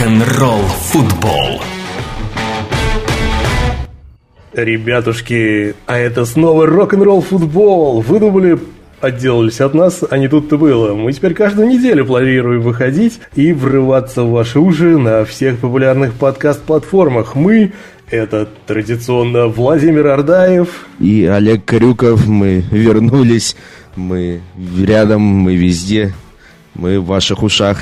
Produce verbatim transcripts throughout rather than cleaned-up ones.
Рок-н-ролл футбол. Ребятушки, а это снова рок-н-ролл футбол. Вы думали, отделались от нас, а не тут-то было. Мы теперь каждую неделю планируем выходить и врываться в ваши уши на всех популярных подкаст-платформах. Мы — это традиционно Владимир Ордаев и Олег Крюков. Мы вернулись, мы рядом, мы везде, мы в ваших ушах.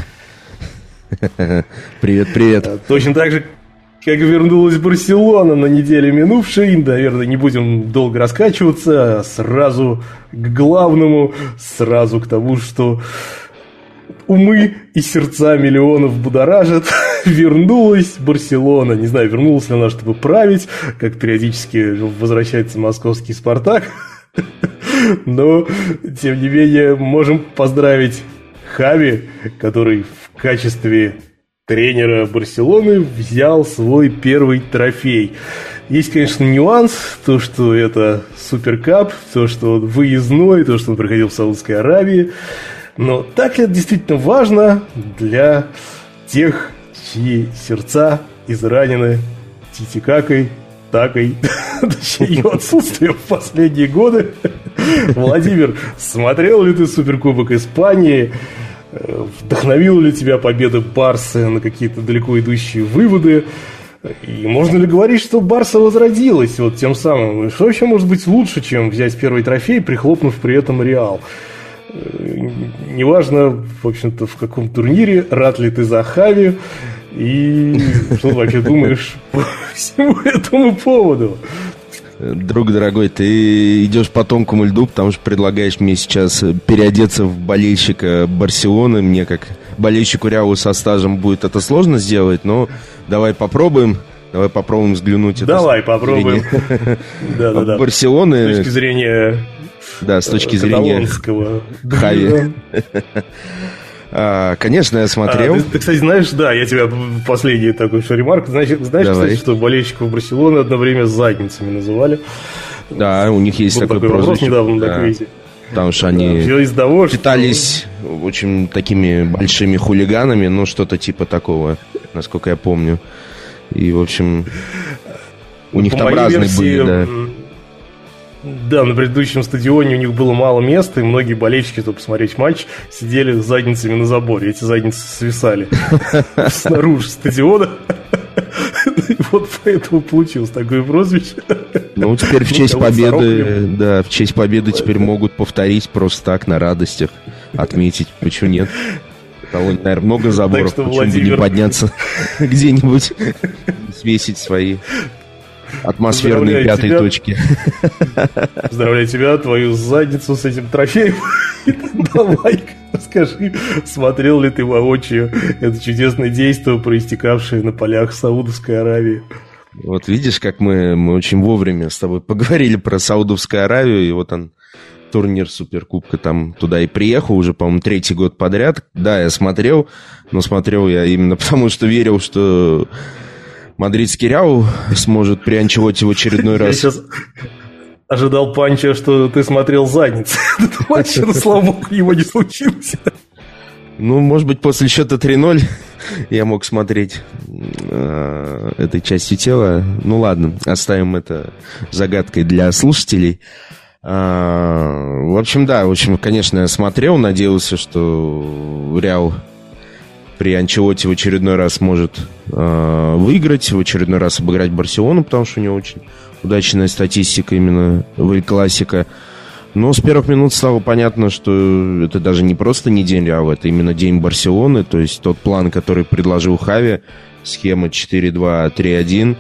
Привет, привет. Точно так же, как вернулась Барселона на неделе минувшей. Наверное, не будем долго раскачиваться, а сразу к главному, сразу к тому, что умы и сердца миллионов будоражат. Вернулась Барселона. Не знаю, вернулась ли она, чтобы править, как периодически возвращается московский «Спартак». Но, тем не менее, можем поздравить Хави, который в качестве тренера Барселоны взял свой первый трофей. Есть, конечно, нюанс, то, что это суперкап, то, что он выездной, то, что он проходил в Саудовской Аравии. Но так это действительно важно для тех, чьи сердца изранены титикакой, такой, точнее, ее отсутствие в последние годы. Владимир, смотрел ли ты Суперкубок Испании? Вдохновила ли тебя победа Барсы на какие-то далеко идущие выводы? И можно ли говорить, что Барса возродилась вот тем самым? Что вообще может быть лучше, чем взять первый трофей, прихлопнув при этом Реал? Неважно, в общем-то, в каком турнире, рад ли ты за Хави, и что ты вообще думаешь по всему этому поводу? Друг дорогой, ты идешь по тонкому льду, потому что предлагаешь мне сейчас переодеться в болельщика Барселоны. Мне, как болельщику Реала со стажем, будет это сложно сделать, но давай попробуем. Давай попробуем взглянуть. Давай попробуем. Да-да-да. Барселоны... С точки зрения... Да, с точки зрения Хави. А, конечно, я смотрел. А, ты, ты, кстати, знаешь, да, я тебя последний такой что ремарк. Знаешь, знаешь кстати, что болельщиков Барселоны одно время задницами называли. Да, у них есть вот такой, такой прозвище. Недавно да. на квизе. Потому что они да, из того, питались что... очень такими большими хулиганами, ну, что-то типа такого, насколько я помню. И, в общем, у них По там разные версии... были, да. Да, на предыдущем стадионе у них было мало места, и многие болельщики, чтобы посмотреть матч, сидели с задницами на заборе. Эти задницы свисали снаружи стадиона. Вот поэтому получилось такое прозвище. Ну, теперь в честь победы, да, в честь победы теперь могут повторить просто так, на радостях, отметить. Почему нет? Того, наверное, много заборов, почему бы не подняться где-нибудь, свесить свои... атмосферные пятой тебя. точки. Поздравляю тебя, твою задницу с этим трофеем. Давай-ка расскажи, смотрел ли ты воочию это чудесное действие, проистекавшее на полях Саудовской Аравии? Вот видишь, как мы, мы очень вовремя с тобой поговорили про Саудовскую Аравию, и вот он, турнир Суперкубка, там туда и приехал уже, по-моему, третий год подряд. Да, я смотрел, но смотрел я именно потому, что верил, что... мадридский Реал сможет при Анчелотти в очередной раз... Я сейчас ожидал панча, что ты смотрел задницу. Этот матч, но, слава богу, его не случилось. Ну, может быть, после счета три ноль я мог смотреть э, этой частью тела. Ну, ладно, оставим это загадкой для слушателей. Э, в общем, да, в общем, конечно, я смотрел, надеялся, что Реал... при Анчелотти в очередной раз может э, выиграть, в очередной раз обыграть Барселону, потому что у него очень удачная статистика именно в Эль-Классико. Но с первых минут стало понятно, что это даже не просто не день Реала, это именно день Барселоны. То есть тот план, который предложил Хави, схема четыре два три один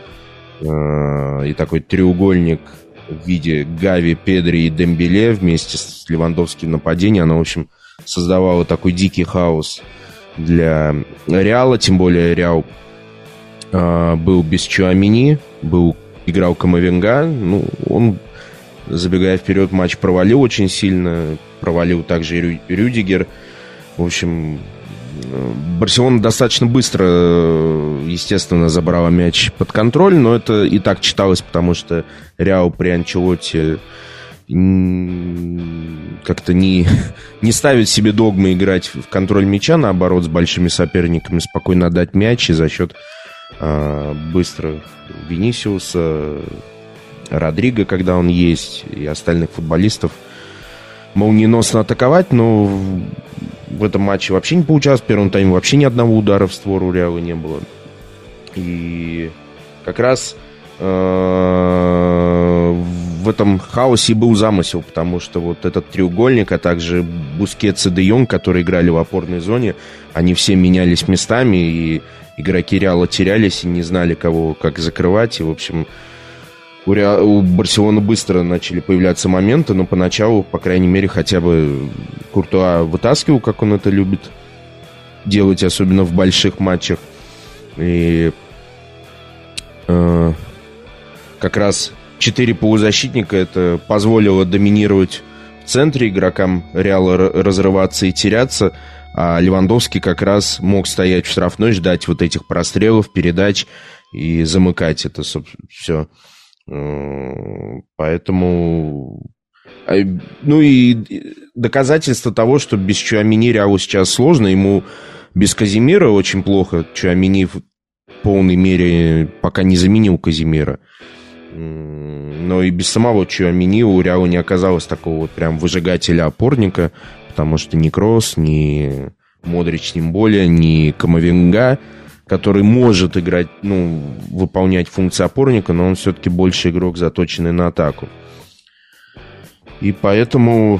э, и такой треугольник в виде Гави, Педри и Дембеле вместе с Левандовским в нападении, она, в общем, создавала такой дикий хаос для Реала, тем более Реал э, был без Чуамени, был, играл Камавинга, ну, он, забегая вперед, матч провалил очень сильно, провалил также и Рю, Рюдигер. В общем, Барселона достаточно быстро, естественно, забрала мяч под контроль, но это и так читалось, потому что Реал при Анчелотти как-то не, не ставит себе догмы играть в контроль мяча, наоборот, с большими соперниками, спокойно отдать мяч и за счет э, быстро Винисиуса, Родриго, когда он есть, и остальных футболистов молниеносно атаковать, но в, в этом матче вообще не получалось. В первом тайме вообще ни одного удара в створ у Реала не было. И как раз э, в этом хаосе и был замысел, потому что вот этот треугольник, а также Бускетс и Де Йонг, которые играли в опорной зоне, они все менялись местами, и игроки Реала терялись и не знали, кого как закрывать. И, в общем, у, Реал, у Барселоны быстро начали появляться моменты, но поначалу, по крайней мере, хотя бы Куртуа вытаскивал, как он это любит делать, особенно в больших матчах. И э, как раз четыре полузащитника это позволило доминировать в центре игрокам Реала, разрываться и теряться, а Левандовский как раз мог стоять в штрафной, ждать вот этих прострелов, передач и замыкать это все. Поэтому... Ну и доказательство того, что без Чуамини Реалу сейчас сложно, ему без Казимира очень плохо. Чуамини в полной мере пока не заменил Казимира. Но и без самого Чуамини у Реала не оказалось такого вот прям выжигателя-опорника, потому что ни Кросс, ни Модрич, тем более, ни Камавинга, который может играть, ну, выполнять функции опорника, но он все-таки больше игрок, заточенный на атаку. И поэтому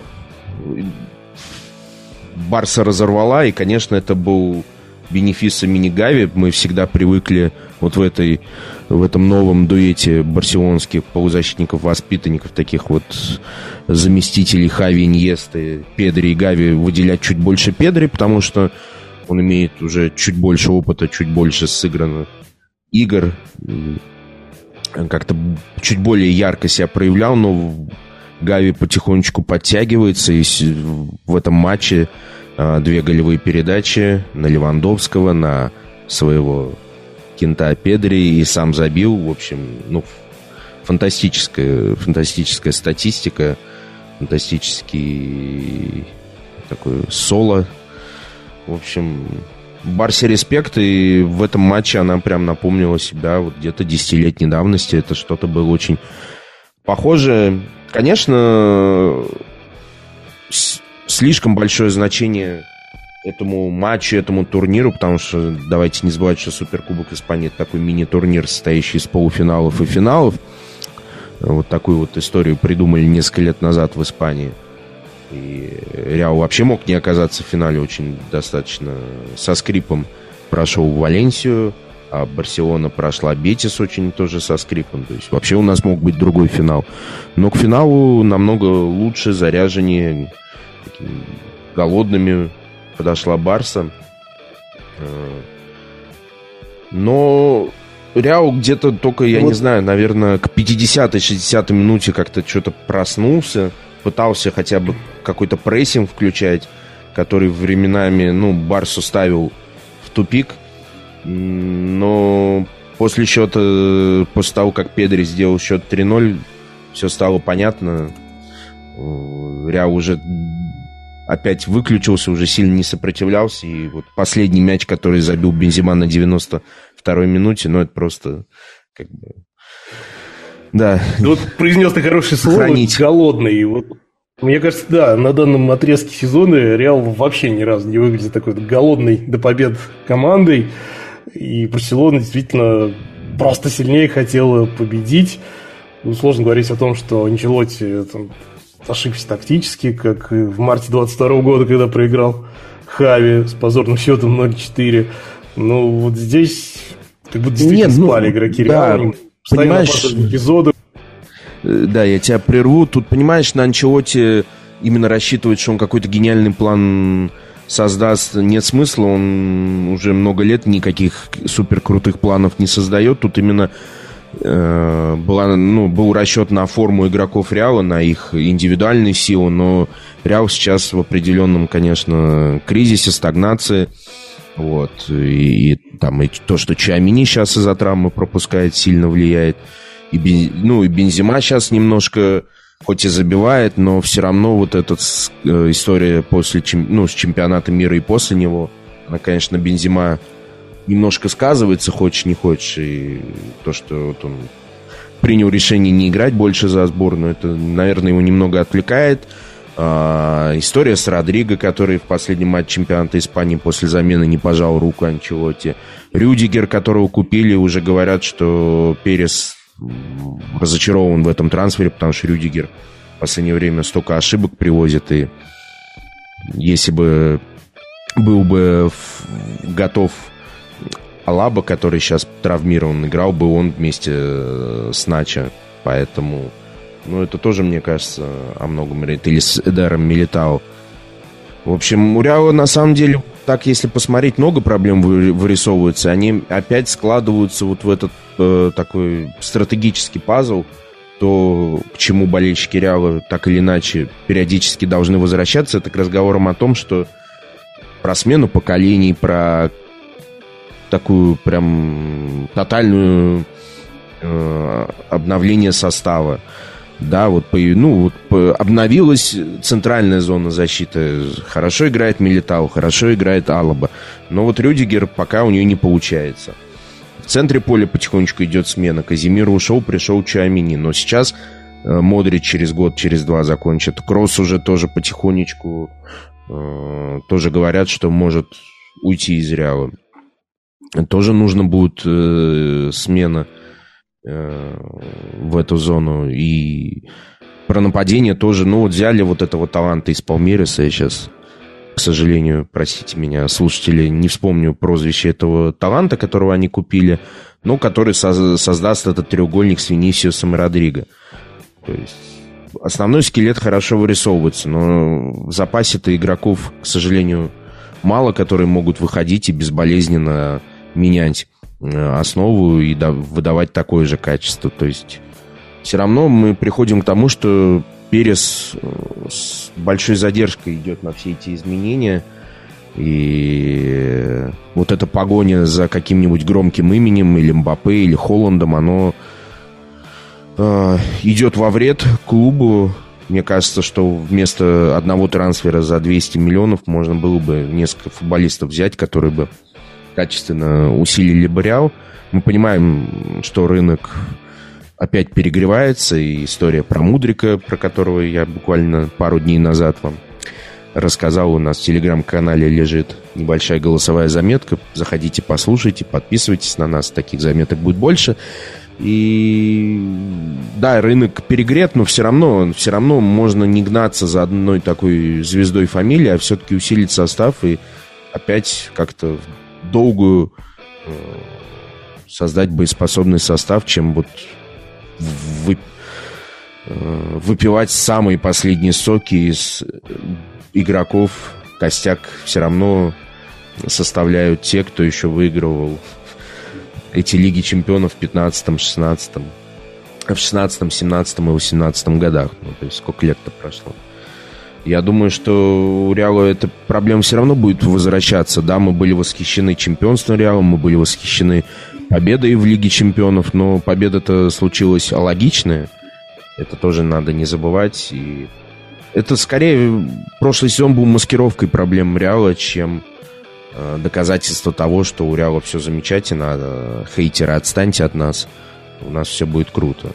Барса разорвала, и, конечно, это был бенефис имени Гави. Мы всегда привыкли вот в, этой, в этом новом дуэте барселонских полузащитников-воспитанников, таких вот заместителей Хави, Иньесты, Педри и Гави, выделять чуть больше Педри, потому что он имеет уже чуть больше опыта, чуть больше сыгранных игр, как-то чуть более ярко себя проявлял, но Гави потихонечку подтягивается, и в этом матче две голевые передачи на Левандовского, на своего кента Педри, и сам забил. В общем, ну, фантастическая, фантастическая статистика, фантастический такой соло. В общем, Барсе респект, и в этом матче она прям напомнила себя вот где-то десятилетней давности. Это что-то было очень похоже. Конечно, слишком большое значение этому матчу, этому турниру, потому что давайте не забывать, что Суперкубок Испании — это такой мини-турнир, состоящий из полуфиналов и финалов. Вот такую вот историю придумали несколько лет назад в Испании. И Реал вообще мог не оказаться в финале, очень достаточно со скрипом прошел Валенсию, а Барселона прошла Бетис очень тоже со скрипом. То есть вообще у нас мог быть другой финал. Но к финалу намного лучше, заряженнее, голодными подошла Барса. Но Реал где-то только, я вот. не знаю, наверное, к пятидесятой-шестидесятой минуте как-то что-то проснулся, пытался хотя бы какой-то прессинг включать, который временами, ну, Барсу ставил в тупик. Но после счета, после того, как Педри сделал счет три ноль, все стало понятно. Реал уже опять выключился, уже сильно не сопротивлялся. И вот последний мяч, который забил Бензема на девяносто второй минуте, ну, это просто как бы... Да. Ты вот произнес ты хорошее слово, хранить. Голодный. Вот, мне кажется, да, на данном отрезке сезона Реал вообще ни разу не выглядит такой вот голодной до побед командой. И Барселона действительно просто сильнее хотела победить. Ну, сложно говорить о том, что Анчелотти там ошибся тактически, как в марте двадцать второго года, когда проиграл Хави с позорным счетом ноль четыре. Ну, вот здесь как будто действительно Нет, спали ну, игроки Реала. Да, понимаешь, эпизоды. Да, я тебя прерву. Тут, понимаешь, на Анчелотти именно рассчитывать, что он какой-то гениальный план создаст, нет смысла. Он уже много лет никаких супер крутых планов не создает. Тут именно э, была, ну, был расчет на форму игроков Реала, на их индивидуальные силы, но Реал сейчас в определенном, конечно, кризисе, стагнации. Вот. И, и там и то, что Чуамини сейчас из-за травмы пропускает, сильно влияет. И, ну, и Бензема сейчас немножко хоть и забивает, но все равно вот эта э, история после, ну, с чемпионата мира и после него, она, конечно, Бензема немножко сказывается, хочешь не хочешь, и то, что вот он принял решение не играть больше за сборную, это, наверное, его немного отвлекает. А, история с Родриго, который в последнем матче чемпионата Испании после замены не пожал руку Анчелотти. Рюдигер, которого купили, уже говорят, что Перес разочарован в этом трансфере, потому что Рюдигер в последнее время столько ошибок привозит, и если бы был бы готов Алаба, который сейчас травмирован, играл бы он вместе с Начо, поэтому... Ну, это тоже, мне кажется, о многом говорит. Или с Эдером Милитао. В общем, у Реала, на самом деле, так, если посмотреть, много проблем вырисовываются. Они опять складываются вот в этот э, такой стратегический пазл, то, к чему болельщики Реала так или иначе периодически должны возвращаться. Это к разговорам о том, что про смену поколений, про такую прям тотальную э, обновление состава. Да, вот, ну, вот по, обновилась центральная зона защиты. Хорошо играет Милитао, хорошо играет Алаба. Но вот Рюдигер пока у нее не получается. В центре поля потихонечку идет смена. Казимир ушел, пришел Чуамини. Но сейчас э, Модрич через год, через два закончит. Кросс уже тоже потихонечку э, тоже говорят, что может уйти из Реала. Тоже нужно будет э, смена в эту зону. И про нападение тоже. Ну, вот взяли вот этого таланта из Палмейреса. Я сейчас, к сожалению, простите меня, слушатели, не вспомню прозвище этого таланта, которого они купили, но который соз- создаст этот треугольник с Винисиусом и Родриго. То есть основной скелет хорошо вырисовывается, но в запасе-то игроков, к сожалению, мало, которые могут выходить и безболезненно менять основу и выдавать такое же качество. То есть все равно мы приходим к тому, что Перес с большой задержкой идет на все эти изменения. И вот эта погоня за каким-нибудь громким именем или Мбаппе, или Холландом, оно э, идет во вред клубу. Мне кажется, что вместо одного трансфера за двести миллионов можно было бы несколько футболистов взять, которые бы качественно усилили бы Реал. Мы понимаем, что рынок опять перегревается, и история про Мудрика, про которого я буквально пару дней назад вам рассказал, у нас в телеграм-канале лежит небольшая голосовая заметка. Заходите, послушайте, подписывайтесь на нас, таких заметок будет больше. И да, рынок перегрет, но все равно, все равно можно не гнаться за одной такой звездой фамилии, а все-таки усилить состав и опять как-то долгую э, создать боеспособный состав, чем вот вы, э, выпивать самые последние соки из игроков. Костяк все равно составляют те, кто еще выигрывал эти Лиги Чемпионов в пятнадцатом, шестнадцатом, в шестнадцатом, семнадцатом и восемнадцатом годах. Ну, то есть сколько лет-то прошло. Я думаю, что у Реала эта проблема все равно будет возвращаться. Да, мы были восхищены чемпионством Реала, мы были восхищены победой в Лиге Чемпионов, но победа-то случилась алогичная. Это тоже надо не забывать. И это скорее прошлый сезон был маскировкой проблем Реала, чем э, доказательство того, что у Реала все замечательно. Хейтеры, отстаньте от нас. У нас все будет круто.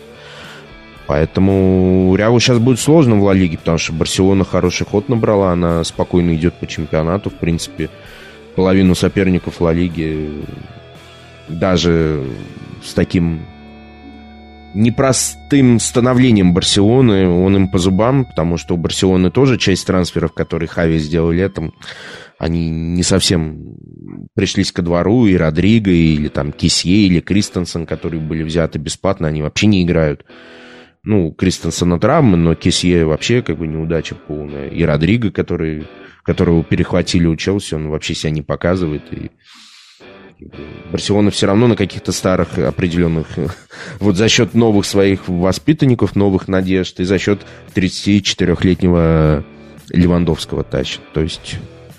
Поэтому Реалу сейчас будет сложно в Ла Лиге, потому что Барселона хороший ход набрала, она спокойно идет по чемпионату. В принципе, половину соперников Ла Лиги даже с таким непростым становлением Барселоны он им по зубам, потому что у Барселоны тоже часть трансферов, которые Хави сделал летом, они не совсем пришлись ко двору. И Родриго, или там Кисье, или Кристенсен, которые были взяты бесплатно, они вообще не играют. Ну, Кристенсена травмы, но Кисье вообще как бы неудача полная. И Родриго, который, которого перехватили у Челси, он вообще себя не показывает. И Барселона все равно на каких-то старых определенных... Вот за счет новых своих воспитанников, новых надежд, и за счет тридцатичетырёхлетнего Левандовского тащит. То есть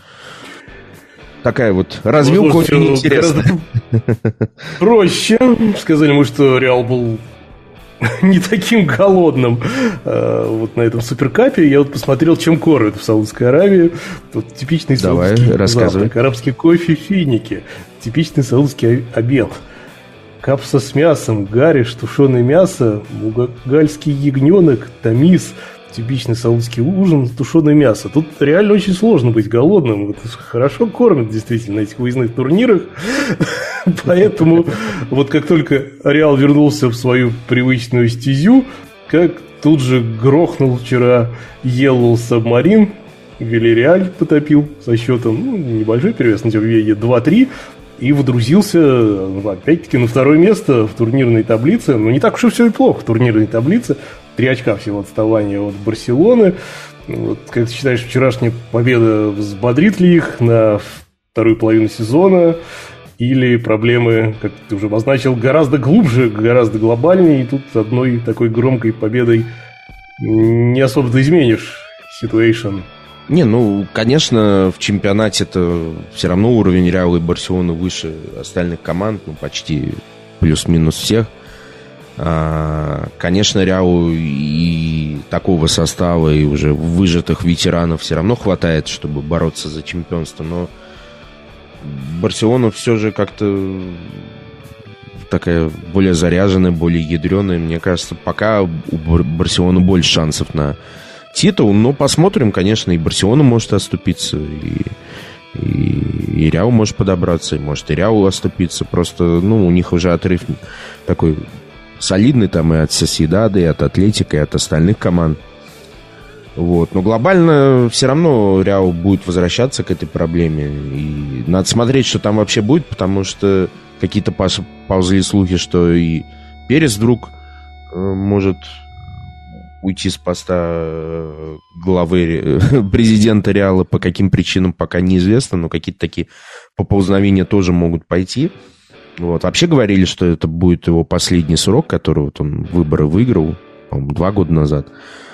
такая вот развилка очень интересная. Проще. Сказали мы, что Реал был не таким голодным. Вот на этом суперкапе я вот посмотрел, чем кормят в Саудовской Аравии. Тут типичный Давай, саудовский завтрак, арабский кофе, финики, типичный саудовский обед. Капса с мясом, гариш, тушеное мясо, мугальский ягненок, тамис, типичный саудовский ужин, тушеное мясо. Тут реально очень сложно быть голодным. Вот хорошо кормят действительно на этих выездных турнирах. Поэтому вот как только Реал вернулся в свою привычную стезю, как тут же грохнул вчера Yellow Submarine, Вильяреаль потопил со счетом, ну, небольшой перевес на Тюрвеге два-три, и водрузился, опять-таки, на второе место в турнирной таблице. Но не так уж и все и плохо в турнирной таблице. Три очка всего отставания от Барселоны. Вот, как ты считаешь, вчерашняя победа взбодрит ли их на вторую половину сезона? Или проблемы, как ты уже обозначил, гораздо глубже, гораздо глобальнее, и тут одной такой громкой победой не особо-то изменишь ситуэйшн? Не, ну, конечно, в чемпионате это все равно уровень Реала и Барселоны выше остальных команд, ну, почти плюс-минус всех. А, конечно, Реалу и такого состава, и уже выжатых ветеранов все равно хватает, чтобы бороться за чемпионство, но Барселона все же как-то такая более заряженная, более ядреная. Мне кажется, пока у Барселоны больше шансов на титул, но посмотрим, конечно, и Барселона может оступиться, и, и, и Реал может подобраться, и может и Реал оступиться. Просто, ну, у них уже отрыв такой солидный там и от Сосьедада, и от Атлетико, и от остальных команд. Вот. Но глобально все равно Реал будет возвращаться к этой проблеме. И надо смотреть, что там вообще будет, потому что какие-то ползли слухи, что и Перес вдруг э, может уйти с поста главы президента Реала. По каким причинам пока неизвестно, но какие-то такие поползновения тоже могут пойти. Вот. Вообще говорили, что это будет его последний срок, который вот он выборы выиграл, по-моему, два года назад.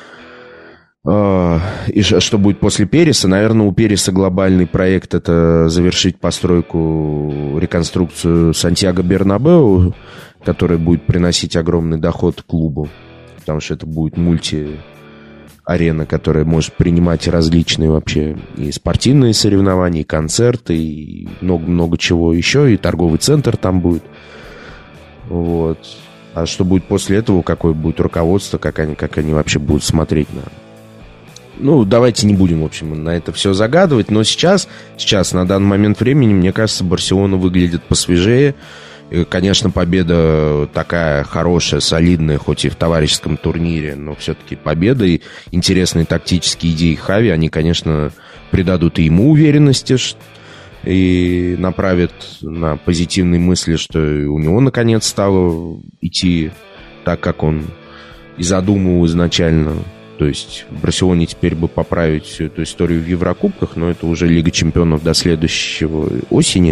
И что будет после Переса? Наверное, у Переса глобальный проект — это завершить постройку, реконструкцию Сантьяго Бернабеу, которая будет приносить огромный доход клубу, потому что это будет мульти-арена, которая может принимать различные вообще и спортивные соревнования, и концерты, и много-много чего еще, и торговый центр там будет. Вот. А что будет после этого, какое будет руководство, как они, как они вообще будут смотреть на... Ну, давайте не будем, в общем, на это все загадывать. Но сейчас, сейчас, на данный момент времени, мне кажется, Барселона выглядит посвежее. И, конечно, победа такая хорошая, солидная, хоть и в товарищеском турнире, но все-таки победа и интересные тактические идеи Хави, они, конечно, придадут и ему уверенности и направят на позитивные мысли, что у него, наконец, стало идти так, как он и задумывал изначально. То есть в Барселоне теперь бы поправить всю эту историю в Еврокубках, но это уже Лига чемпионов до следующего осени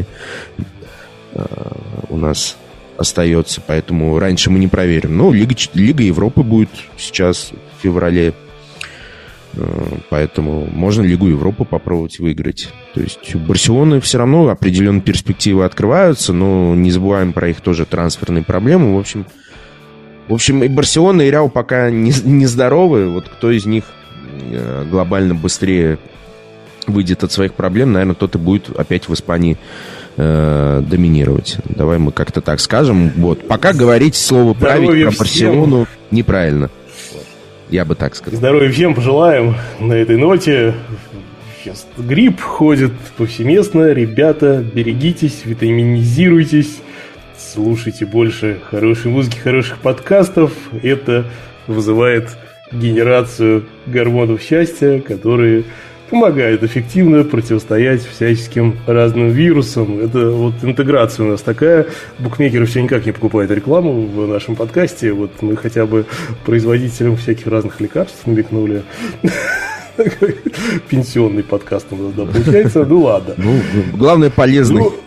у нас остается, поэтому раньше мы не проверим. Но Лига, Лига Европы будет сейчас в феврале, поэтому можно Лигу Европы попробовать выиграть. То есть у Барселоны все равно определенные перспективы открываются, но не забываем про их тоже трансферные проблемы. В общем, в общем и Барселона, и Реал пока не, не здоровы. Вот кто из них глобально быстрее выйдет от своих проблем, наверное, тот и будет опять в Испании доминировать. Давай мы как-то так скажем. Вот. Пока говорить слово «править» про Барселону всем неправильно. Я бы так сказал. Здоровья всем пожелаем на этой ноте. Сейчас грипп ходит повсеместно. Ребята, берегитесь, витаминизируйтесь, слушайте больше хорошей музыки, хороших подкастов. Это вызывает генерацию гормонов счастья, которые помогает эффективно противостоять всяческим разным вирусам. Это вот интеграция у нас такая. Букмекеры все никак не покупают рекламу в нашем подкасте. Вот мы хотя бы производителям всяких разных лекарств намекнули. Пенсионный подкаст у нас, да, получается. Ну ладно. Ну, главное, полезный. Ну,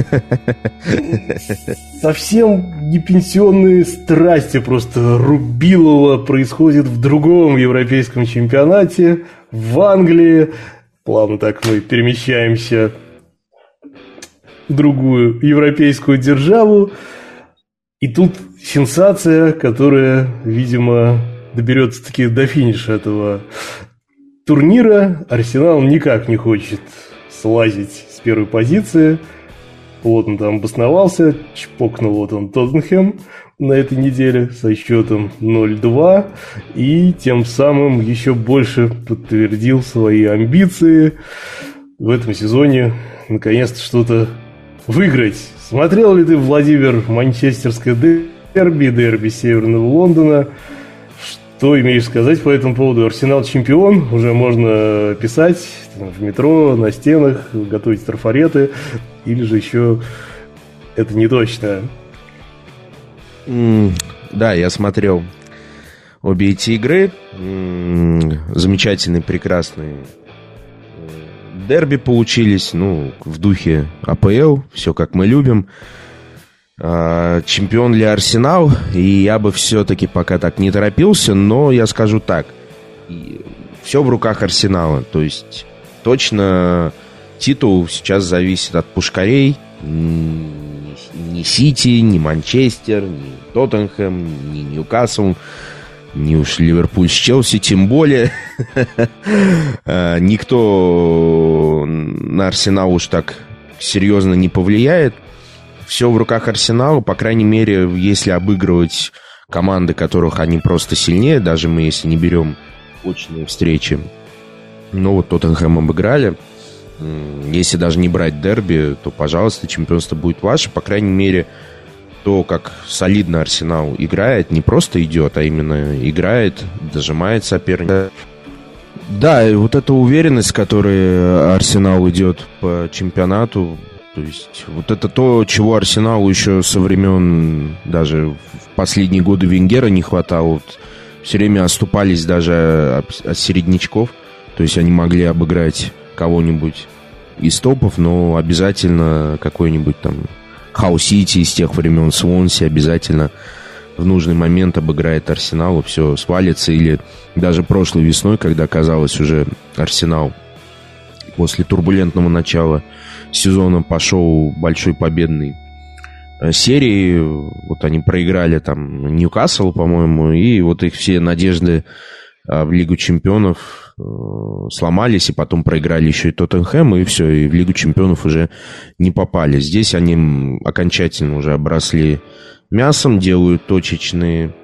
совсем не пенсионные страсти. Просто Рубилово происходит в другом европейском чемпионате, в Англии. Плавно так мы перемещаемся в другую европейскую державу. И тут сенсация, которая, видимо, доберется-таки до финиша этого турнира. Арсенал никак не хочет слазить с первой позиции. Вот он там обосновался, чпокнул вот он Тоттенхэм на этой неделе со счетом ноль-два и тем самым еще больше подтвердил свои амбиции в этом сезоне наконец-то что-то выиграть. Смотрел ли ты, Владимир, манчестерское дерби, дерби Северного Лондона? Что имеешь сказать по этому поводу? Арсенал чемпион, уже можно писать там, в метро, на стенах, готовить трафареты, или же еще это не точно? Mm, да, я смотрел обе эти игры. Mm, замечательные, прекрасные дерби получились, ну, в духе АПЛ, все как мы любим. Чемпион для Арсенал, и я бы все-таки пока так не торопился, но я скажу так, все в руках Арсенала, то есть точно титул сейчас зависит от пушкарей, ни Сити, ни Манчестер, ни Тоттенхэм, ни Ньюкасл, ни уж Ливерпуль с Челси, тем более. Никто на Арсенал уж так серьезно не повлияет. Все в руках Арсенала, по крайней мере, если обыгрывать команды, которых они просто сильнее, даже мы, если не берем очные встречи. Ну, вот Тоттенхэм обыграли. Если даже не брать дерби, то, пожалуйста, чемпионство будет ваше. По крайней мере, то, как солидно Арсенал играет, не просто идет, а именно играет, дожимает соперника. Да, и вот эта уверенность, с которой Арсенал идет по чемпионату, то есть вот это то, чего Арсеналу еще со времен даже в последние годы Венгера не хватало. Вот все время оступались даже от середнячков. То есть они могли обыграть кого-нибудь из топов, но обязательно какой-нибудь там Хау-Сити из тех времен, Свонси обязательно в нужный момент обыграет Арсенал, и все свалится. Или даже прошлой весной, когда, казалось, уже Арсенал после турбулентного начала сезона пошел большой победной серии. Вот они проиграли там Ньюкасл, по-моему, и вот их все надежды в Лигу чемпионов сломались, и потом проиграли еще и Тоттенхэм, и все, и в Лигу чемпионов уже не попали. Здесь они окончательно уже обросли мясом, делают точечные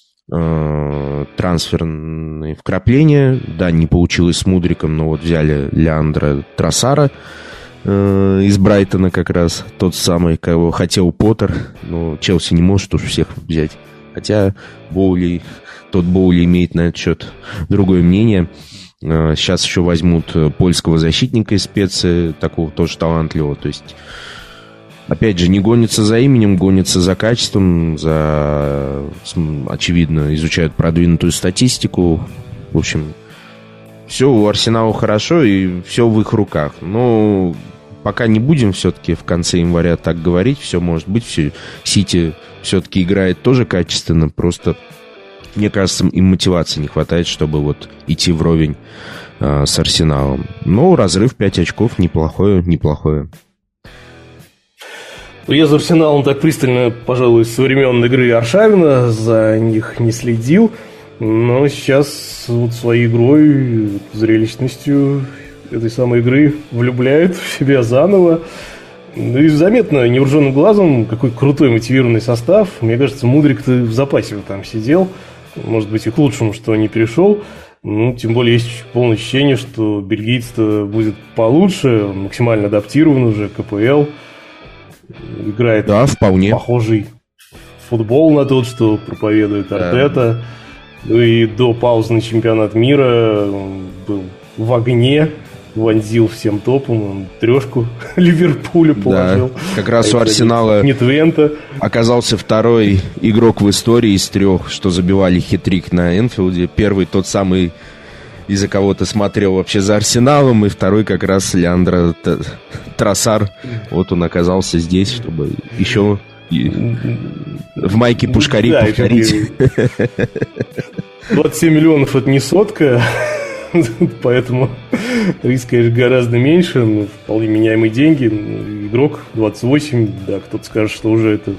э, трансферные вкрапления. Да, не получилось с Мудриком, но вот взяли Леандро Тросара э, из Брайтона как раз, тот самый, кого хотел Поттер, но Челси не может уж всех взять. Хотя Боули, тот Боули имеет на этот счет другое мнение. Сейчас еще возьмут польского защитника из Специи, такого тоже талантливого. То есть, опять же, не гонится за именем, гонится за качеством, за, очевидно, изучают продвинутую статистику. В общем, все у Арсенала хорошо и все в их руках. Но пока не будем все-таки в конце января так говорить. Все может быть. Все, Сити все-таки играет тоже качественно. Просто, мне кажется, им мотивации не хватает, чтобы вот идти вровень э, с Арсеналом. Но разрыв пять очков неплохое, неплохое. Я за Арсеналом так пристально, пожалуй, со времен игры Аршавина за них не следил. Но сейчас вот своей игрой, зрелищностью этой самой игры влюбляет в себя заново. Ну и заметно невооруженным глазом, какой крутой мотивированный состав. Мне кажется, Мудрик-то в запасе вот там сидел. Может быть, и к лучшему, что не перешел. Ну, тем более, есть полное ощущение, что бельгиец-то будет получше. Максимально адаптирован уже к АПЛ. Играет, да, вполне похожий футбол на тот, что проповедует Артета. Да. Ну и до паузы на чемпионат мира был в огне, вонзил всем топом, он трешку Ливерпулю положил. Да, как раз а у Арсенала не Твента. Оказался второй игрок в истории из трех, что забивали хитрик на Энфилде. Первый тот самый, из-за кого ты смотрел вообще за Арсеналом, и второй как раз Леандро Тросар. Вот он оказался здесь, чтобы еще в майке пушкари да, повторить. двадцать семь миллионов это не сотка. Поэтому риск, конечно, гораздо меньше, но вполне меняемые деньги. Игрок двадцать восемь, да, кто-то скажет, что уже это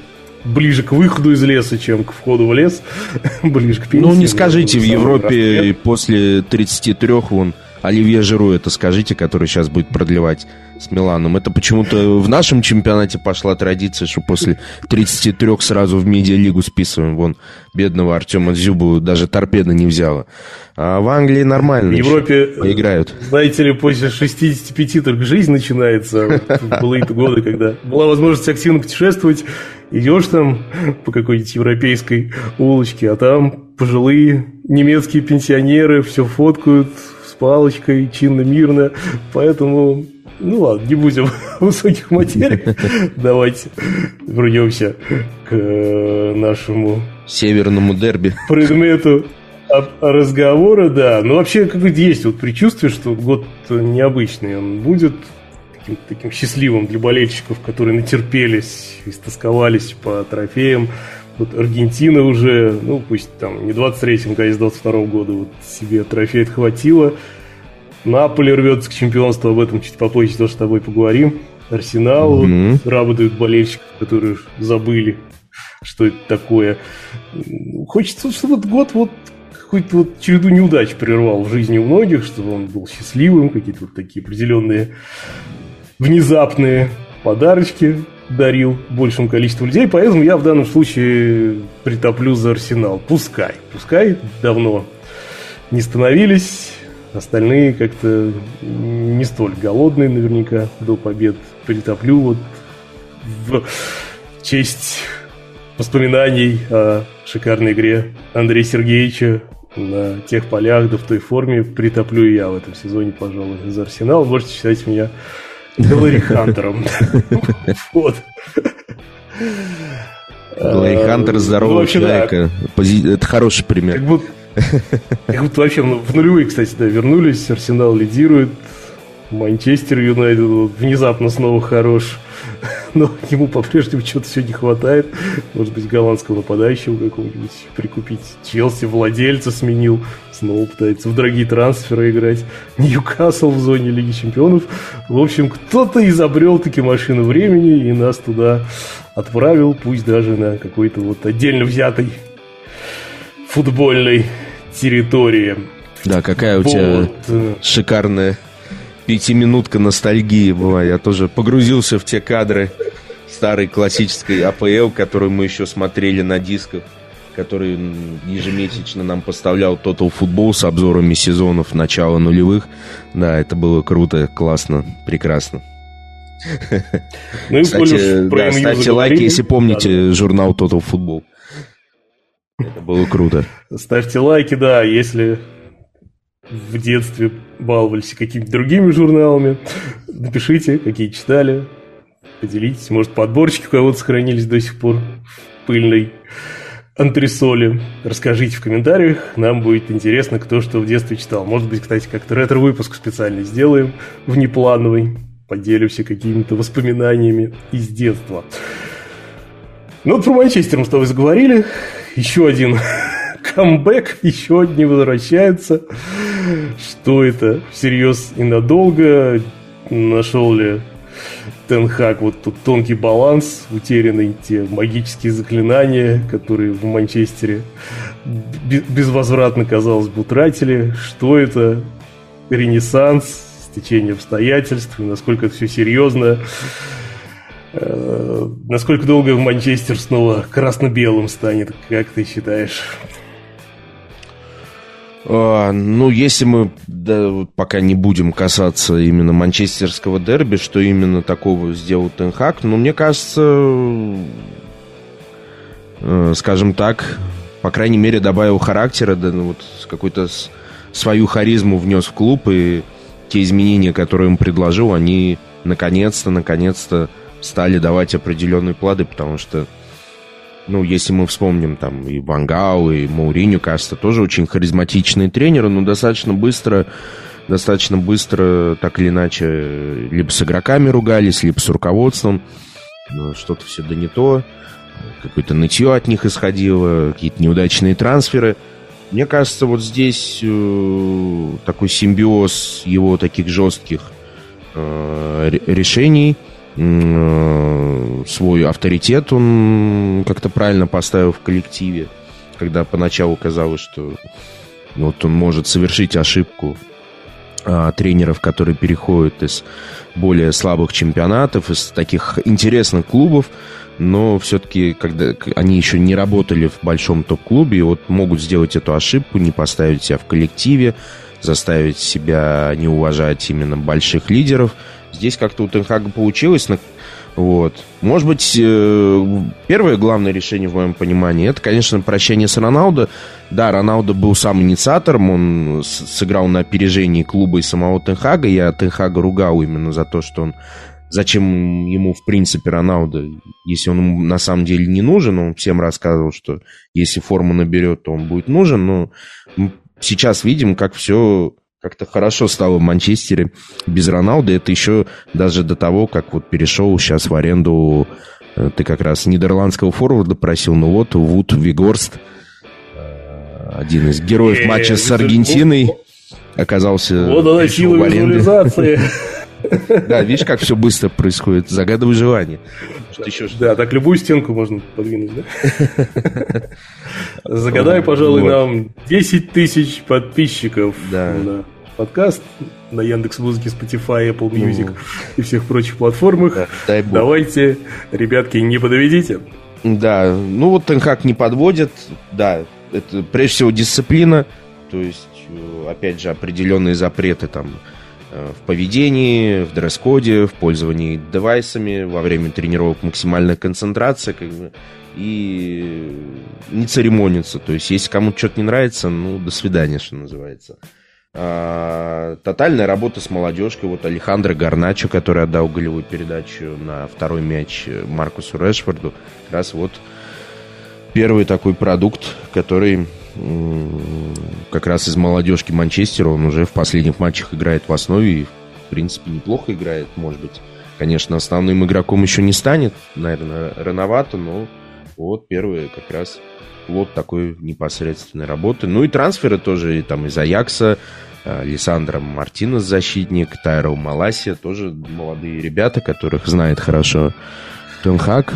ближе к выходу из леса, чем к входу в лес, ближе к пенсии. Ну, не скажите, в Европе рассвет. После тридцати трёх вон Оливье Жиру это скажите, который сейчас будет продлевать с Миланом. Это почему-то в нашем чемпионате пошла традиция, что после тридцати трёх сразу в медиалигу списываем. Вон, бедного Артема Дзюбу даже торпеда не взяла. А в Англии нормально. В Европе, поиграют. Знаете ли, после шестидесяти пяти только жизнь начинается. Былые-то годы, когда была возможность активно путешествовать. Идешь там по какой-нибудь европейской улочке, а там пожилые немецкие пенсионеры все фоткают с палочкой, чинно-мирно. Поэтому, ну ладно, не будем в высоких материях. Давайте вернемся к нашему северному дерби. Предмету разговора, да. Но вообще, как бы есть вот предчувствие, что год необычный он будет. Таким, таким счастливым для болельщиков, которые натерпелись, истосковались по трофеям. Вот Аргентина уже, ну пусть там не двадцать третьем, а из двадцать второго года вот себе трофей отхватила. Наполи рвется к чемпионству, об этом чуть попозже тоже с тобой поговорим. Арсенал mm-hmm. вот, радует болельщиков, которые забыли, что это такое. Хочется, чтобы этот год вот какую-то вот череду неудач прервал в жизни у многих, чтобы он был счастливым, какие-то вот такие определенные внезапные подарочки дарил большему количеству людей, поэтому я в данном случае притоплю за Арсенал. Пускай, пускай давно не становились, остальные как-то не столь голодные наверняка до побед. Притоплю вот в честь воспоминаний о шикарной игре Андрея Сергеевича на тех полях, да в той форме. Притоплю и я в этом сезоне, пожалуй, за Арсенал. Можете считать меня Глори Хантером. Вот. Глори Хантер здорового человека. Это хороший пример. Как будто вообще в нулевые, кстати, да, вернулись. Арсенал лидирует. Манчестер Юнайтед внезапно снова хорош. Но ему по-прежнему чего-то все не хватает. Может быть, голландского нападающего какого-нибудь прикупить. Челси владельца сменил. Снова пытается в дорогие трансферы играть. Ньюкасл в зоне Лиги Чемпионов. В общем, кто-то изобрел таки машину времени и нас туда отправил. Пусть даже на какой-то вот отдельно взятой футбольной территории. Да, какая у вот. тебя шикарная пятиминутка ностальгии была. Я тоже погрузился в те кадры старой классической АПЛ, которую мы еще смотрели на дисках, который ежемесячно нам поставлял Total Football с обзорами сезонов начала нулевых. Да, это было круто, классно, прекрасно. Ну, кстати, да, ставьте лайки, если помните да, журнал Total Football. Это было круто. Ставьте лайки, да, если в детстве баловались какими-то другими журналами. Напишите, какие читали. Поделитесь. Может, подборчики у кого-то сохранились до сих пор в пыльной антресоли. Расскажите в комментариях. Нам будет интересно, кто что в детстве читал. Может быть, кстати, как-то ретро-выпуск специальный сделаем внеплановый. Поделимся какими-то воспоминаниями из детства. Ну, вот про Манчестер мы с тобой заговорили. Еще один камбэк, еще одни возвращаются. Что это? Всерьез и надолго? Нашел ли Тен Хаг вот тут тонкий баланс, утерянный те магические заклинания, которые в Манчестере безвозвратно, казалось бы, утратили? Что это? Ренессанс, стечение обстоятельств, и насколько это все серьезно? Насколько долго Манчестер снова красно-белым станет, как ты считаешь? А, ну, если мы да, вот пока не будем касаться именно манчестерского дерби, что именно такого сделал Тен Хаг, ну, мне кажется, э, скажем так, по крайней мере, добавил характера, да, ну, вот какую-то с, свою харизму внес в клуб, и те изменения, которые он предложил, они наконец-то, наконец-то стали давать определенные плоды, потому что, ну, если мы вспомним там и Ван Гал, и Мауриньо, кажется, тоже очень харизматичные тренеры, но достаточно быстро, достаточно быстро, так или иначе, либо с игроками ругались, либо с руководством, что-то все да не то, какое-то нытье от них исходило, какие-то неудачные трансферы. Мне кажется, вот здесь э, такой симбиоз его таких жестких э, решений свой авторитет он как-то правильно поставил в коллективе, когда поначалу казалось, что вот он может совершить ошибку а, тренеров, которые переходят из более слабых чемпионатов, из таких интересных клубов, но все-таки, когда они еще не работали в большом топ-клубе, вот могут сделать эту ошибку, не поставить себя в коллективе, заставить себя не уважать именно больших лидеров. Здесь как-то у Тен Хага получилось. Вот. Может быть, первое главное решение, в моем понимании, это, конечно, прощание с Роналдо. Да, Роналдо был сам инициатором, он сыграл на опережении клуба и самого Тен Хага. Я Тен Хага ругал именно за то, что он... Зачем ему, в принципе, Роналдо, если он на самом деле не нужен. Он всем рассказывал, что если форму наберет, то он будет нужен. Но сейчас видим, как все... Как-то хорошо стало в Манчестере без Роналду. Это еще даже до того, как вот перешел сейчас в аренду. Ты как раз нидерландского форварда просил. Ну вот, Вуд Вегорст, один из героев матча с Аргентиной, оказался вот она сила визуализации. Да, видишь, как все быстро происходит. Загадывай желание. Да, так любую стенку можно подвинуть, да? Загадай, пожалуй, нам десять тысяч подписчиков на подкаст на Яндекс.Музыке, Spotify, Apple Music и всех прочих платформах. Давайте, ребятки, не подведите. Да, ну вот Тен Хаг не подводит. Да, это прежде всего дисциплина. То есть, опять же, определенные запреты там в поведении, в дресс-коде, в пользовании девайсами, во время тренировок максимальная концентрация, как бы, и не церемониться. То есть, если кому-то что-то не нравится, ну, до свидания, что называется. А, тотальная работа с молодежкой. Вот Алехандро Гарначо, который отдал голевую передачу на второй мяч Маркусу Решфорду, как раз вот первый такой продукт, который... как раз из молодежки Манчестера. Он уже в последних матчах играет в основе и, в принципе, неплохо играет, может быть. Конечно, основным игроком еще не станет, наверное, рановато, но вот первый как раз плод такой непосредственной работы. Ну и трансферы тоже, и там из Аякса, Лиссандро Мартинес, защитник, Тайро Маласия, тоже молодые ребята, которых знает хорошо Тен Хаг.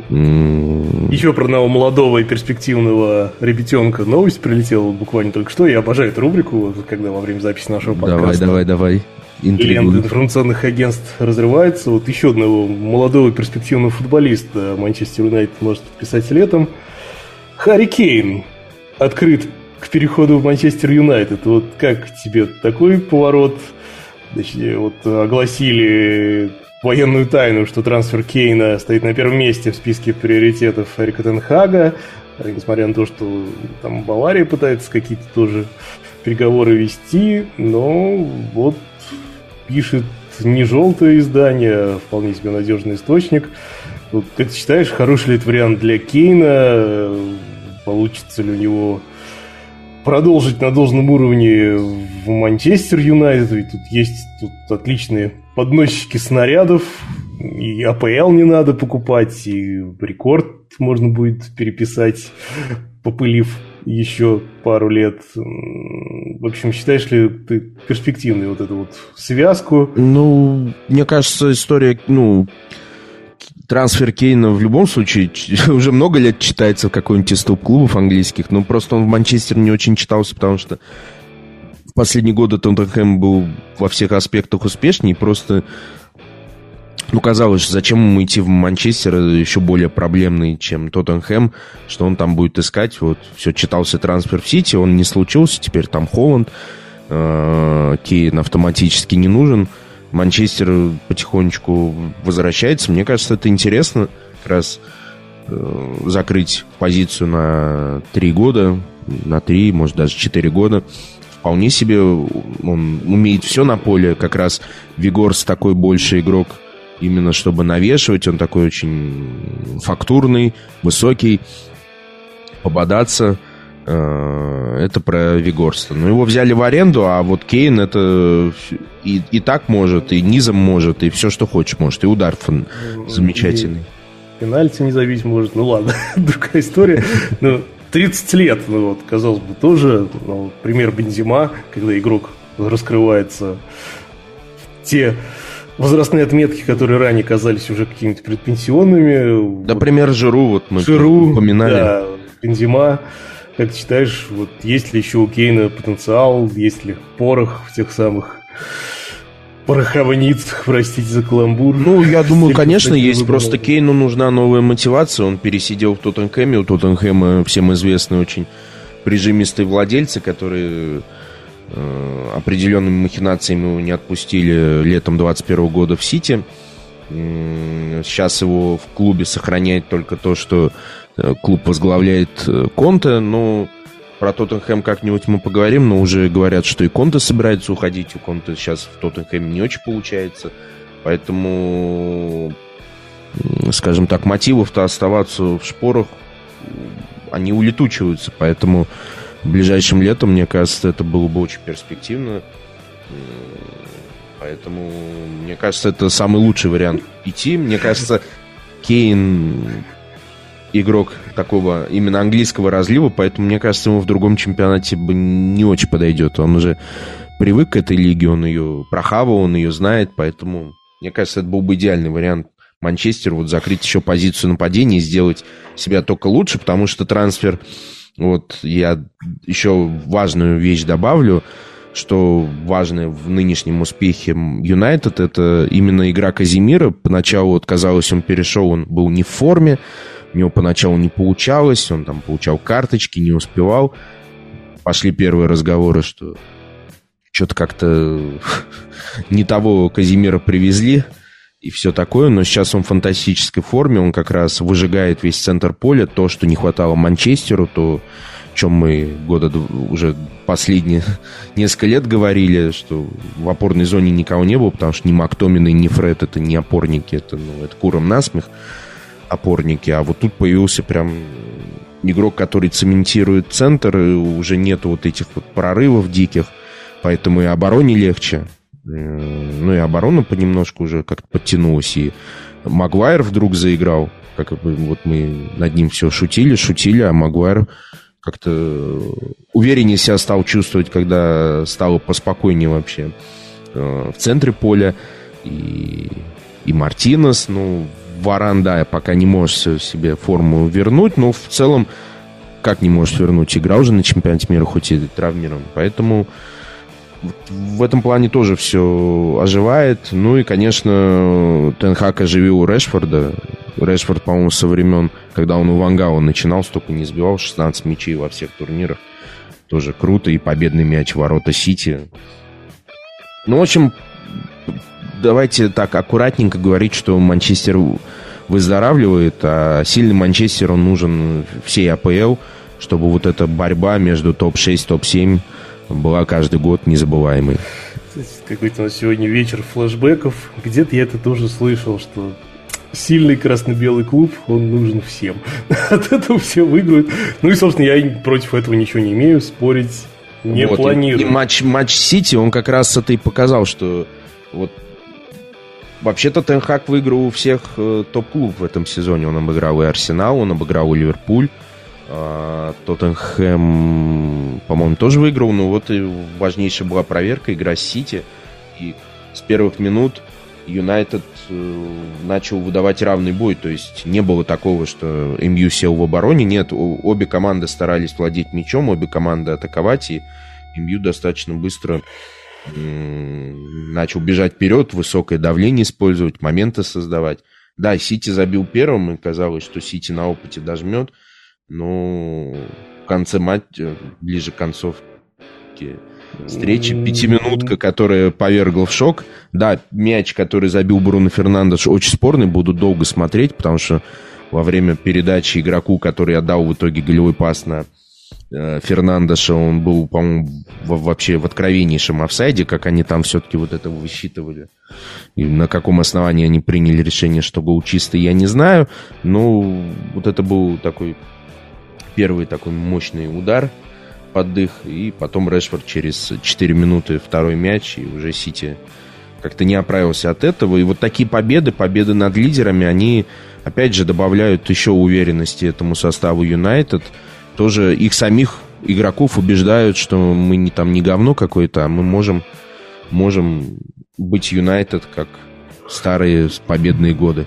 Еще про одного молодого и перспективного ребятенка новость прилетела буквально только что. Я обожаю эту рубрику, когда во время записи нашего подкаста Давай, давай, давай ленты информационных агентств разрываются. Вот еще одного молодого и перспективного футболиста Манчестер Юнайтед может подписать летом. Харри Кейн открыт к переходу в Манчестер Юнайтед. Вот как тебе такой поворот? Значит, вот огласили военную тайну, что трансфер Кейна стоит на первом месте в списке приоритетов Эрика Тен Хага, несмотря на то, что там Бавария пытается какие-то тоже переговоры вести, но вот пишет не желтое издание, а вполне себе надежный источник. Вот, как ты считаешь, хороший ли это вариант для Кейна? Получится ли у него продолжить на должном уровне в Манчестер Юнайтед? Ведь тут есть тут отличные подносчики снарядов, и АПЛ не надо покупать, и рекорд можно будет переписать, попылив еще пару лет. В общем, считаешь ли ты перспективной вот эту вот связку? Ну, мне кажется, история, ну, трансфер Кейна в любом случае уже много лет читается в какой-нибудь из топ-клубов английских, но просто он в Манчестер не очень читался, потому что в последние годы Тоттенхэм был во всех аспектах успешнее, просто, ну, казалось, зачем ему идти в Манчестер, еще более проблемный, чем Тоттенхэм, что он там будет искать. Вот, все, читался трансфер в Сити, он не случился, теперь там Холланд, э, Кейн автоматически не нужен. Манчестер потихонечку возвращается. Мне кажется, это интересно, как раз э, закрыть позицию на три года, на три, может, даже четыре года. Вполне себе он умеет все на поле. Как раз Вегорст такой больше игрок, именно чтобы навешивать. Он такой очень фактурный, высокий, пободаться. Это про Вегорста. Ну, его взяли в аренду, а вот Кейн это и, и так может, и низом может, и все, что хочешь может. И удар фан замечательный. И пенальти не забить может. Ну, ладно, другая история. Ну, тридцать лет, ну вот, казалось бы, тоже, ну, пример Бензема, когда игрок раскрывается в те возрастные отметки, которые ранее казались уже какими-то предпенсионными. Например, Жиру, вот мы Жиру, упоминали. Да, Бензема. Как ты считаешь, вот есть ли еще у Кейна потенциал, есть ли порох в тех самых пороховницах, простите за каламбур? Ну, я думаю, конечно, есть. Просто Кейну нужна новая мотивация. Он пересидел в Тоттенхэме. У Тоттенхэма всем известны очень прижимистые владельцы, которые э, определенными махинациями его не отпустили летом двадцать первого года в Сити. Сейчас его в клубе сохраняет только то, что клуб возглавляет Конте. Но про Тоттенхэм как-нибудь мы поговорим. Но уже говорят, что и Конте собирается уходить. У Конте сейчас в Тоттенхэме не очень получается. Поэтому, скажем так, мотивов-то оставаться в шпорах, они улетучиваются. Поэтому ближайшим летом, мне кажется, это было бы очень перспективно. Поэтому, мне кажется, это самый лучший вариант идти. Мне кажется, Кейн игрок такого именно английского разлива, поэтому, мне кажется, ему в другом чемпионате бы не очень подойдет. Он уже привык к этой лиге, он ее прохавал, он ее знает, поэтому, мне кажется, это был бы идеальный вариант Манчестеру, вот закрыть еще позицию нападения и сделать себя только лучше, потому что трансфер, вот я еще важную вещь добавлю, что важно в нынешнем успехе Юнайтед, это именно игра Казимира. Поначалу, вот, казалось, он перешел, он был не в форме, у него поначалу не получалось, он там получал карточки, не успевал. Пошли первые разговоры, что что-то как-то не того Казимира привезли и все такое, но сейчас он в фантастической форме, он как раз выжигает весь центр поля, то, что не хватало Манчестеру, то, о чем мы года уже последние несколько лет говорили, что в опорной зоне никого не было, потому что ни Мактомины, ни Фред это не опорники, это, ну, это куром насмех опорники, а вот тут появился прям игрок, который цементирует центр, и уже нету вот этих вот прорывов диких, поэтому и обороне легче. Ну и оборона понемножку уже как-то подтянулась, и Магуайр вдруг заиграл, как бы вот мы над ним все шутили, шутили, а Магуайр как-то увереннее себя стал чувствовать, когда стало поспокойнее вообще в центре поля. И, и Мартинес, ну, Варан, да, пока не может себе форму вернуть, но в целом, как не может вернуть, играл уже на чемпионате мира, хоть и травмирован, поэтому в этом плане тоже все оживает. Ну и, конечно, Тен Хаг оживил Решфорда. Решфорд, по-моему, со времен, когда он у Ван Гала начинал, столько не сбивал, шестнадцать мячей во всех турнирах. Тоже круто. И победный мяч в ворота Сити. Ну, в общем, давайте так аккуратненько говорить, что Манчестер выздоравливает, а сильный Манчестер, он нужен всей АПЛ, чтобы вот эта борьба между топ шесть, топ семь была каждый год незабываемой. Какой-то у нас сегодня вечер флешбеков. Где-то я это тоже слышал, что сильный красно-белый клуб, он нужен всем. От этого все выиграют. Ну и, собственно, я против этого ничего не имею, спорить не вот, планирую. И, и матч, матч Сити, он как раз это и показал, что вот вообще-то Тен Хаг выиграл у всех э, топ-клубов в этом сезоне. Он обыграл и Арсенал, он обыграл и Ливерпуль. Тоттенхэм, по-моему, тоже выиграл, но вот и важнейшая была проверка, игра с Сити, и с первых минут Юнайтед начал выдавать равный бой, то есть не было такого, что эм ю сел в обороне, нет, обе команды старались владеть мячом, обе команды атаковать, и эм ю достаточно быстро начал бежать вперед, высокое давление использовать, моменты создавать. Да, Сити забил первым, и казалось, что Сити на опыте дожмет. Но в конце матча, ближе к концовке встречи, пятиминутка, которая повергла в шок. Да, мяч, который забил Бруно Фернандеш, очень спорный, буду долго смотреть, потому что во время передачи игроку, который отдал в итоге голевой пас на э, Фернандеша, он был, по-моему, в, вообще в откровеннейшем офсайде, как они там все-таки вот это высчитывали. И на каком основании они приняли решение, что гол чистый, я не знаю. Но вот это был такой... Первый такой мощный удар под дых, и потом Решфорд через четыре минуты второй мяч, и уже Сити как-то не оправился от этого. И вот такие победы, победы над лидерами, они, опять же, добавляют еще уверенности этому составу Юнайтед. Тоже их самих игроков убеждают, что мы не, там, не говно какое-то, а мы можем, можем быть Юнайтед как старые победные годы.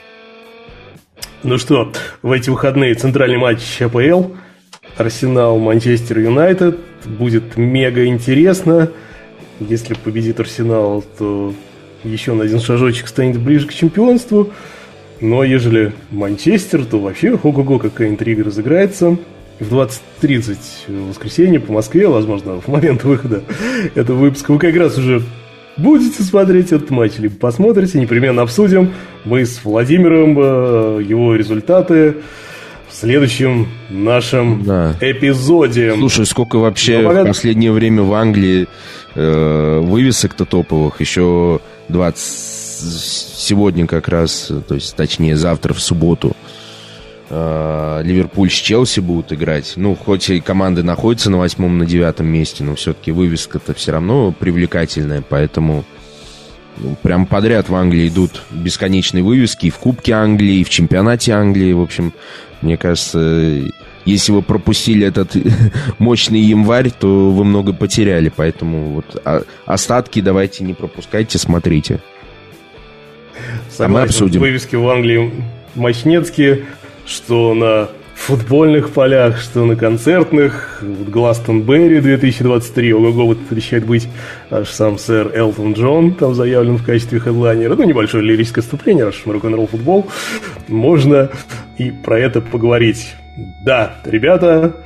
Ну что, в эти выходные центральный матч АПЛ Арсенал-Манчестер Юнайтед. Будет мега интересно. Если победит Арсенал, то еще на один шажочек станет ближе к чемпионству. Но ежели Манчестер, то вообще ого-го, какая интрига разыграется. В двадцать тридцать в воскресенье по Москве, возможно, в момент выхода этого выпуска, вы как раз уже будете смотреть этот матч, либо посмотрите, непременно обсудим. Мы с Владимиром его результаты в следующем нашем да. эпизоде. Слушай, сколько вообще пока... в последнее время в Англии э, вывесок-то топовых. Еще двадцать сегодня как раз, то есть точнее завтра в субботу э, Ливерпуль с Челси будут играть. Ну, хоть и команды находятся на восьмом, на девятом месте, но все-таки вывеска-то все равно привлекательная, поэтому ну, прям подряд в Англии идут бесконечные вывески и в Кубке Англии, и в чемпионате Англии. В общем, мне кажется, если вы пропустили этот мощный январь, то вы много потеряли. Поэтому вот остатки давайте не пропускайте, смотрите. Согласен, а мы обсудим. Вывески в Англии мощнецкие, что на футбольных полях, что на концертных. Вот Гластонберри две тысячи двадцать три, ого-го, вот обещает быть аж сам сэр Элтон Джон там заявлен в качестве хедлайнера. Ну, небольшое лирическое вступление, раз мы рок-н-ролл футбол, можно и про это поговорить. Да, ребята,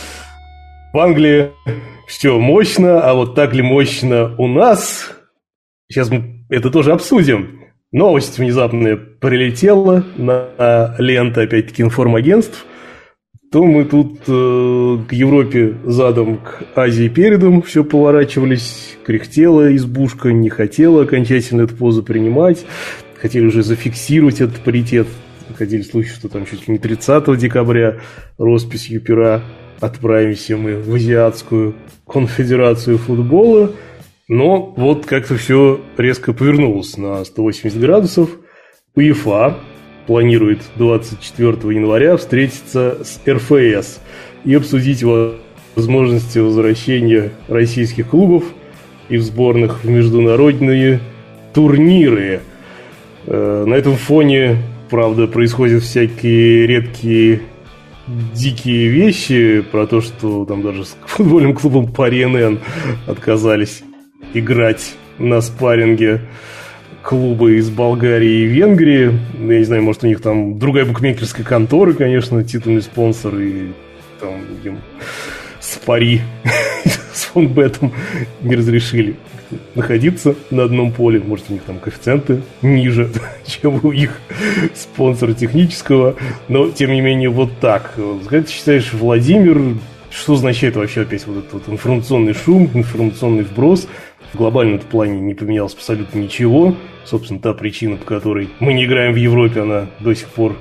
в Англии все мощно, а вот так ли мощно у нас? Сейчас мы это тоже обсудим. Новость внезапная прилетела на ленты, опять-таки, информагентств. То мы тут э, к Европе задом, к Азии передом все поворачивались. Кряхтела избушка, не хотела окончательно эту позу принимать. Хотели уже зафиксировать этот паритет. Ходили слухи, что там чуть ли не тридцатого декабря росписью пера отправимся мы в Азиатскую конфедерацию футбола. Но вот как-то все резко повернулось на сто восемьдесят градусов. УЕФА планирует двадцать четвёртого января встретиться с эр эф эс и обсудить возможности возвращения российских клубов и в сборных в международные турниры. На этом фоне, правда, происходят всякие редкие дикие вещи про то, что там даже с футбольным клубом Пари эн эн отказались играть на спарринге клубы из Болгарии и Венгрии. Я не знаю, может, у них там другая букмекерская контора, конечно, титульный спонсор, и там им с Пари, с Фонбетом не разрешили находиться на одном поле. Может, у них там коэффициенты ниже, чем у их спонсора технического. Но, тем не менее, вот так. Как ты считаешь, Владимир, что означает вообще опять вот этот вот информационный шум, информационный вброс? В глобальном плане не поменялось абсолютно ничего. Собственно, та причина, по которой мы не играем в Европе, она до сих пор,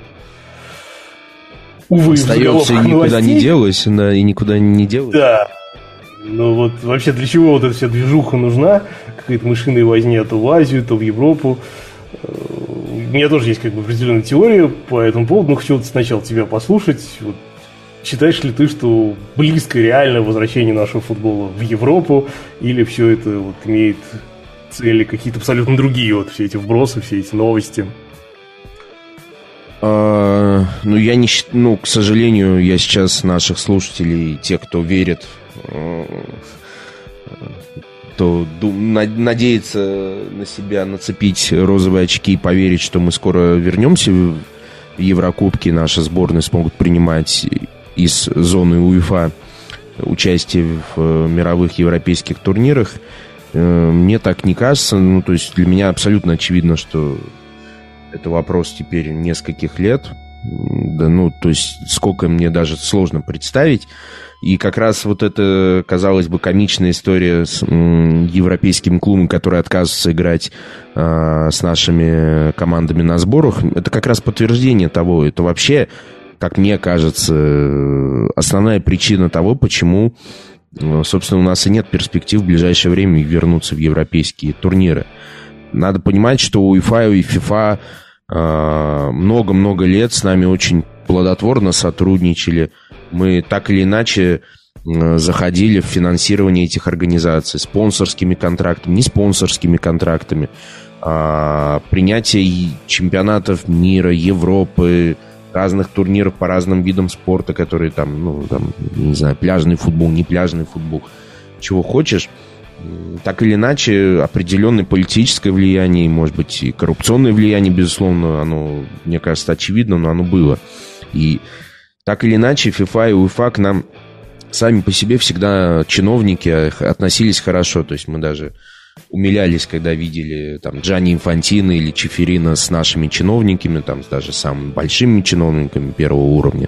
увы, остается и никуда не делась, да, и никуда не делась. Да. Ну вот вообще для чего вот эта вся движуха нужна? Какая-то мышиная возня то в Азию, то в Европу. У меня тоже есть как бы определенная теория по этому поводу, но хочу вот сначала тебя послушать. Вот, считаешь ли ты, что близко реально возвращение нашего футбола в Европу, или все это вот имеет цели какие-то абсолютно другие, вот все эти вбросы, все эти новости? А, ну, я не... Ну, к сожалению, я сейчас наших слушателей, те, кто верит, то надеется на себя нацепить розовые очки и поверить, что мы скоро вернемся в Еврокубки, наши сборные смогут принимать из зоны УЕФА участие в мировых европейских турнирах. Мне так не кажется. Ну, то есть для меня абсолютно очевидно, что это вопрос теперь нескольких лет. Да, ну, то есть сколько мне даже сложно представить. И как раз вот эта, казалось бы, комичная история с м, европейским клубом, который отказывается играть э, с нашими командами на сборах, это как раз подтверждение того. Это вообще, как мне кажется, основная причина того, почему, собственно, у нас и нет перспектив в ближайшее время вернуться в европейские турниры. Надо понимать, что у УЕФА и ФИФА э, много-много лет с нами очень плодотворно сотрудничали. Мы так или иначе заходили в финансирование этих организаций спонсорскими контрактами, не спонсорскими контрактами, а принятие чемпионатов мира, Европы, разных турниров по разным видам спорта, которые там, ну, там, не знаю, пляжный футбол, не пляжный футбол, чего хочешь. Так или иначе, определенное политическое влияние, может быть, и коррупционное влияние, безусловно, оно, мне кажется, очевидно, но оно было. И так или иначе, ФИФА и УЕФА к нам сами по себе всегда чиновники относились хорошо. То есть мы даже умилялись, когда видели там Джанни Инфантино или Чеферина с нашими чиновниками, там, даже самыми большими чиновниками первого уровня.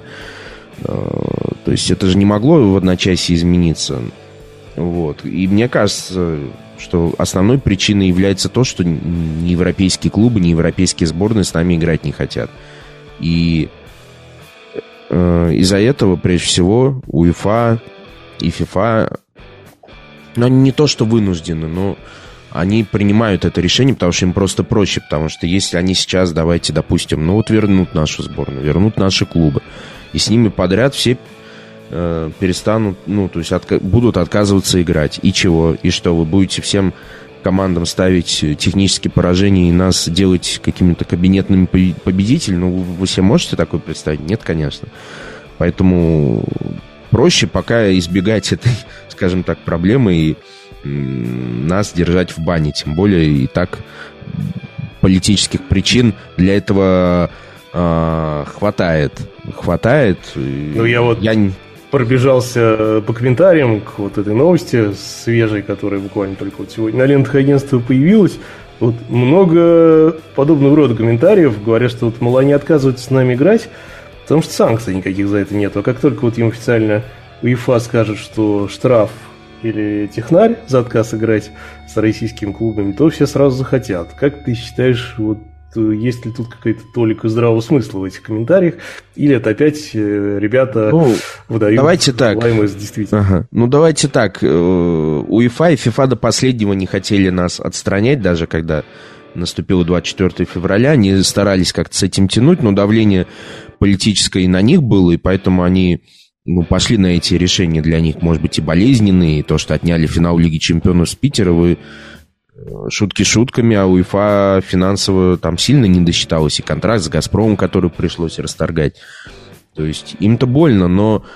То есть это же не могло в одночасье измениться. Вот. И мне кажется, что основной причиной является то, что ни европейские клубы, ни европейские сборные с нами играть не хотят. И э, из-за этого, прежде всего, УЕФА и ФИФА, ну, они не то что вынуждены, но они принимают это решение, потому что им просто проще. Потому что если они сейчас, давайте, допустим, ну вот вернут нашу сборную, вернут наши клубы, и с ними подряд все перестанут, ну, то есть отка- будут отказываться играть. И чего? И что? Вы будете всем командам ставить технические поражения и нас делать какими-то кабинетными победителями? Ну, вы себе можете такое представить? Нет, конечно. Поэтому проще пока избегать этой, скажем так, проблемы и м- нас держать в бане. Тем более и так политических причин для этого э- хватает. Хватает. Ну, я вот... Я... пробежался по комментариям к вот этой новости свежей, которая буквально только вот сегодня на лентах агентства появилась. Вот много подобного рода комментариев говорят, что вот, мол, они отказываются с нами играть, потому что санкций никаких за это нет. А как только вот им официально УЕФА скажет, что штраф или технарь за отказ играть с российскими клубами, то все сразу захотят. Как ты считаешь, вот есть ли тут какая-то толика здравого смысла в этих комментариях, или это опять ребята ну, выдают давайте так. лаймы действительно? Ага. Ну, давайте так. УЕФА и ФИФА до последнего не хотели нас отстранять, даже когда наступило двадцать четвёртого февраля. Они старались как-то с этим тянуть, но давление политическое и на них было, и поэтому они ну, пошли на эти решения для них, может быть, и болезненные. И то, что отняли финал Лиги Чемпионов с Питера, вы... Шутки шутками, а УЕФА финансово там сильно не досчиталась. И контракт с «Газпромом», который пришлось расторгать. То есть им-то больно, но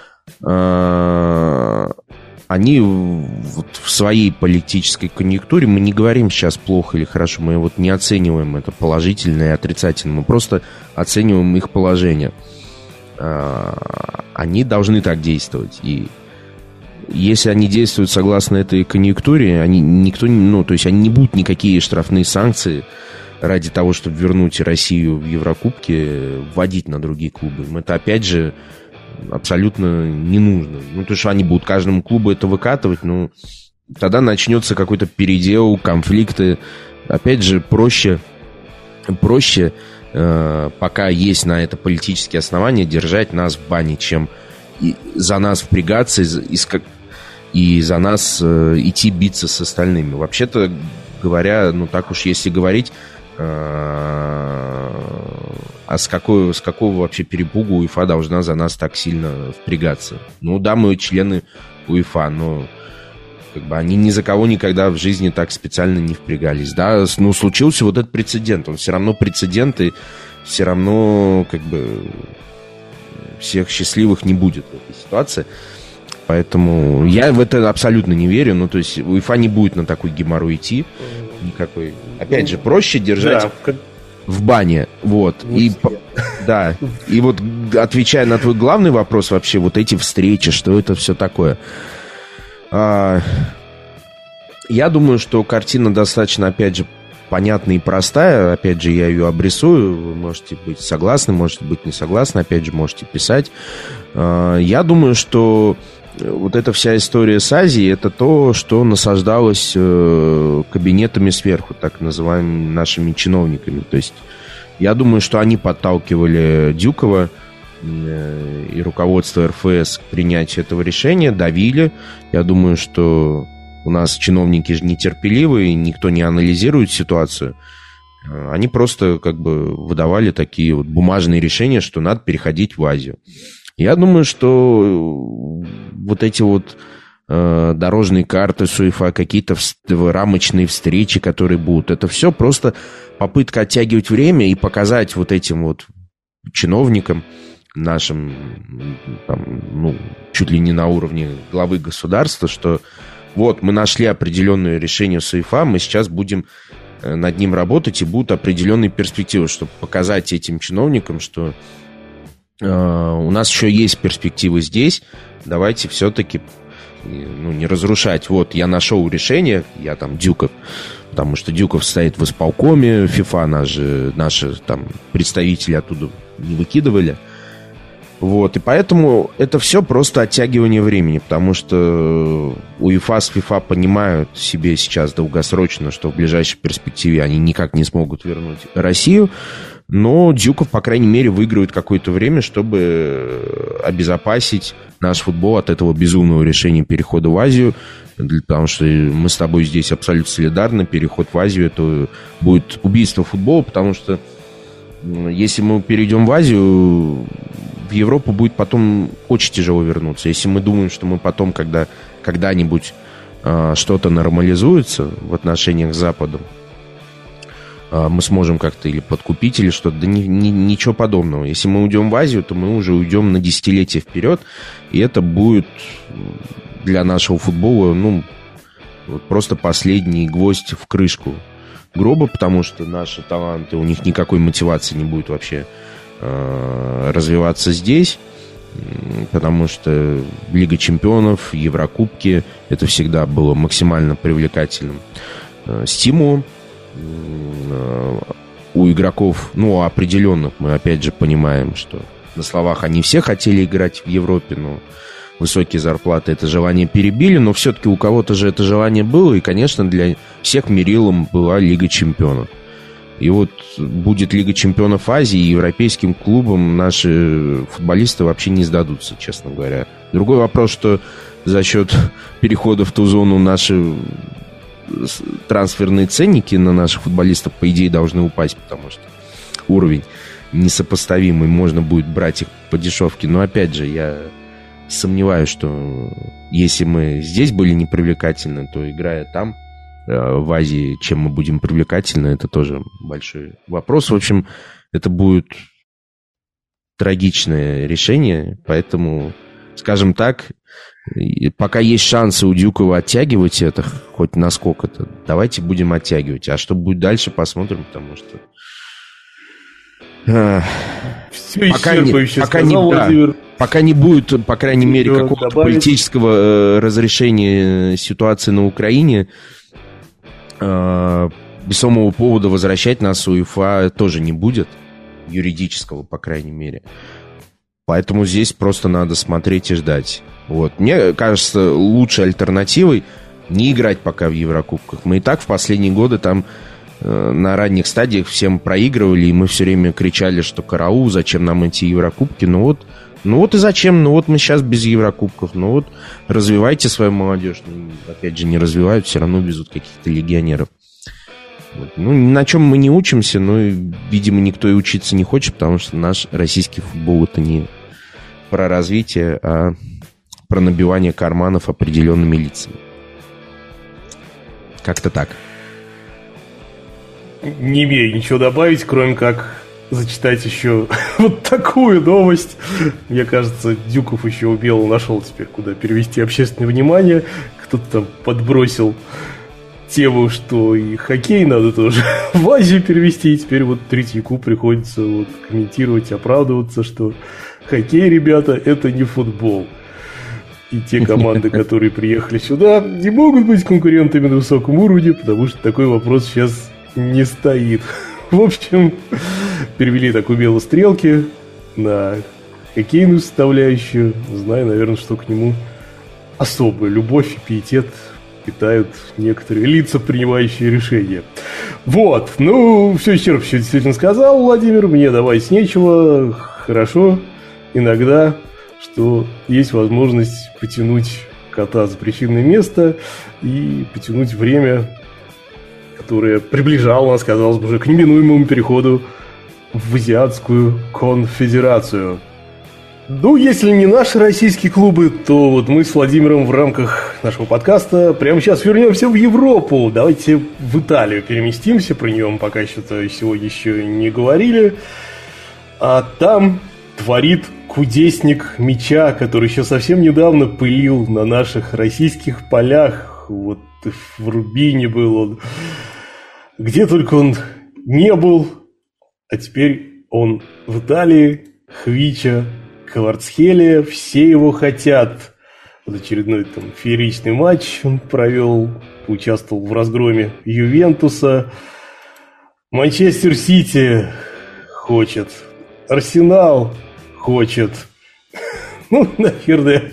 э, они вот в своей политической конъюнктуре, мы не говорим сейчас плохо или хорошо, мы вот не оцениваем это положительно и отрицательно, мы просто оцениваем их положение. Э, они должны так действовать. И если они действуют согласно этой конъюнктуре, они никто, ну, то есть они не будут никакие штрафные санкции ради того, чтобы вернуть Россию в Еврокубки, вводить на другие клубы. Им это, опять же, абсолютно не нужно. Ну, то, что они будут каждому клубу это выкатывать, ну, тогда начнется какой-то передел, конфликты. Опять же, проще, проще э, пока есть на это политические основания, держать нас в бане, чем и за нас впрягаться, и, и, и за нас э, идти биться с остальными. Вообще-то говоря, ну так уж если говорить, э, а с, какой, с какого вообще перепугу УЕФА должна за нас так сильно впрягаться? Ну да, мы члены УЕФА, но как бы они ни за кого никогда в жизни так специально не впрягались. Да, ну случился вот этот прецедент, он все равно прецедент, и все равно как бы всех счастливых не будет в этой ситуации. Поэтому я в это абсолютно не верю. Ну, то есть УЕФА не будет на такой геморрой идти. Никакой. Опять же, проще держать да, как... в бане. Вот. И, да. И вот, отвечая на твой главный вопрос, вообще, вот эти встречи, что это все такое. А... Я думаю, что картина достаточно, опять же, понятная и простая. Опять же, я ее обрисую. Вы можете быть согласны, можете быть не согласны. Опять же, можете писать. Я думаю, что вот эта вся история с Азией, это то, что насаждалось кабинетами сверху, так называемыми нашими чиновниками. То есть я думаю, что они подталкивали Дюкова и руководство эр эф эс к принятию этого решения, давили. Я думаю, что у нас чиновники же нетерпеливые, никто не анализирует ситуацию. Они просто как бы выдавали такие вот бумажные решения, что надо переходить в Азию. Я думаю, что вот эти вот э, дорожные карты с УЕФА, какие-то в, рамочные встречи, которые будут, это все просто попытка оттягивать время и показать вот этим вот чиновникам, нашим, там, ну, чуть ли не на уровне главы государства, что вот мы нашли определенное решение с УЕФА, мы сейчас будем над ним работать, и будут определенные перспективы, чтобы показать этим чиновникам, что э, у нас еще есть перспективы здесь, давайте все-таки ну, не разрушать. Вот, я нашел решение, я там Дюков, потому что Дюков стоит в исполкоме ФИФА, наши, наши там представители оттуда не выкидывали. Вот, и поэтому это все просто оттягивание времени, потому что УЕФА с ФИФА понимают себе сейчас долгосрочно, что в ближайшей перспективе они никак не смогут вернуть Россию, но Дюков, по крайней мере, выигрывает какое-то время, чтобы обезопасить наш футбол от этого безумного решения перехода в Азию, потому что мы с тобой здесь абсолютно солидарны, переход в Азию — это будет убийство футбола, потому что если мы перейдем в Азию, в Европу будет потом очень тяжело вернуться. Если мы думаем, что мы потом, когда когда-нибудь э, что-то нормализуется в отношениях с Западом, э, мы сможем как-то или подкупить, или что-то, да ни, ни, ничего подобного. Если мы уйдем в Азию, то мы уже уйдем на десятилетия вперед, и это будет для нашего футбола, ну, просто последний гвоздь в крышку гроба, потому что наши таланты, у них никакой мотивации не будет вообще развиваться здесь, потому что Лига чемпионов, Еврокубки — это всегда было максимально привлекательным стимулом. У игроков, ну, определенных, мы опять же понимаем, что на словах они все хотели играть в Европе, но высокие зарплаты это желание перебили, но все-таки у кого-то же это желание было, и, конечно, для всех мерилом была Лига чемпионов. И вот будет Лига чемпионов Азии, и европейским клубам наши футболисты вообще не сдадутся, честно говоря. Другой вопрос, что за счет перехода в ту зону наши трансферные ценники на наших футболистов, по идее, должны упасть, потому что уровень несопоставимый, можно будет брать их по дешевке. Но, опять же, я сомневаюсь, что если мы здесь были непривлекательны, то, играя там, в Азии, чем мы будем привлекательны, это тоже большой вопрос. В общем, это будет трагичное решение, поэтому, скажем так, пока есть шансы у Дюкова оттягивать это, хоть насколько-то, давайте будем оттягивать. А что будет дальше, посмотрим, потому что... Все пока не, пока, не, да, пока не будет, по крайней Ты мере, какого-то добавить? политического э, разрешения ситуации на Украине, весомого повода возвращать нас УЕФА тоже не будет, юридического, по крайней мере. Поэтому здесь просто надо смотреть и ждать. Вот. Мне кажется, лучшей альтернативой не играть пока в Еврокубках. Мы и так в последние годы там э, на ранних стадиях всем проигрывали, и мы все время кричали, что караул, зачем нам эти Еврокубки. Ну вот, ну вот и зачем? Ну вот мы сейчас без Еврокубков. Ну вот развивайте свою молодежь. Ну, опять же, не развивают, все равно везут каких-то легионеров. Вот. Ну, на чем мы не учимся, но, видимо, никто и учиться не хочет, потому что наш российский футбол — это не про развитие, а про набивание карманов определенными лицами. Как-то так. Не имею ничего добавить, кроме как зачитать еще вот такую новость. Мне кажется, Дюков еще умело нашел теперь, куда перевести общественное внимание. Кто-то там подбросил тему, что и хоккей надо тоже в Азию перевести. И теперь вот Третьяку приходится вот комментировать, оправдываться, что хоккей, ребята, это не футбол. И те команды, которые приехали сюда, не могут быть конкурентами на высоком уровне, потому что такой вопрос сейчас не стоит. В общем, перевели так умело стрелки на хоккейную составляющую. Знаю, наверное, что к нему особая любовь и пиетет питают некоторые лица, принимающие решения. Вот, ну, все исчерпывающе все действительно сказал Владимир. Мне добавить нечего. Хорошо иногда, что есть возможность потянуть кота за причинное место и потянуть время, которое приближало нас, казалось бы, уже к неминуемому переходу в Азиатскую конфедерацию. Ну, если не наши российские клубы, то вот мы с Владимиром в рамках нашего подкаста прямо сейчас вернемся в Европу. Давайте в Италию переместимся, про нее мы пока что-то сегодня еще не говорили. А там творит кудесник мяча, который еще совсем недавно пылил на наших российских полях. Вот в Рубине был он. Где только он не был, а теперь он в Италии. Хвича Кварцхелия, все его хотят. Вот очередной там фееричный матч он провел, участвовал в разгроме Ювентуса. Манчестер Сити хочет, Арсенал хочет. Ну, наверное,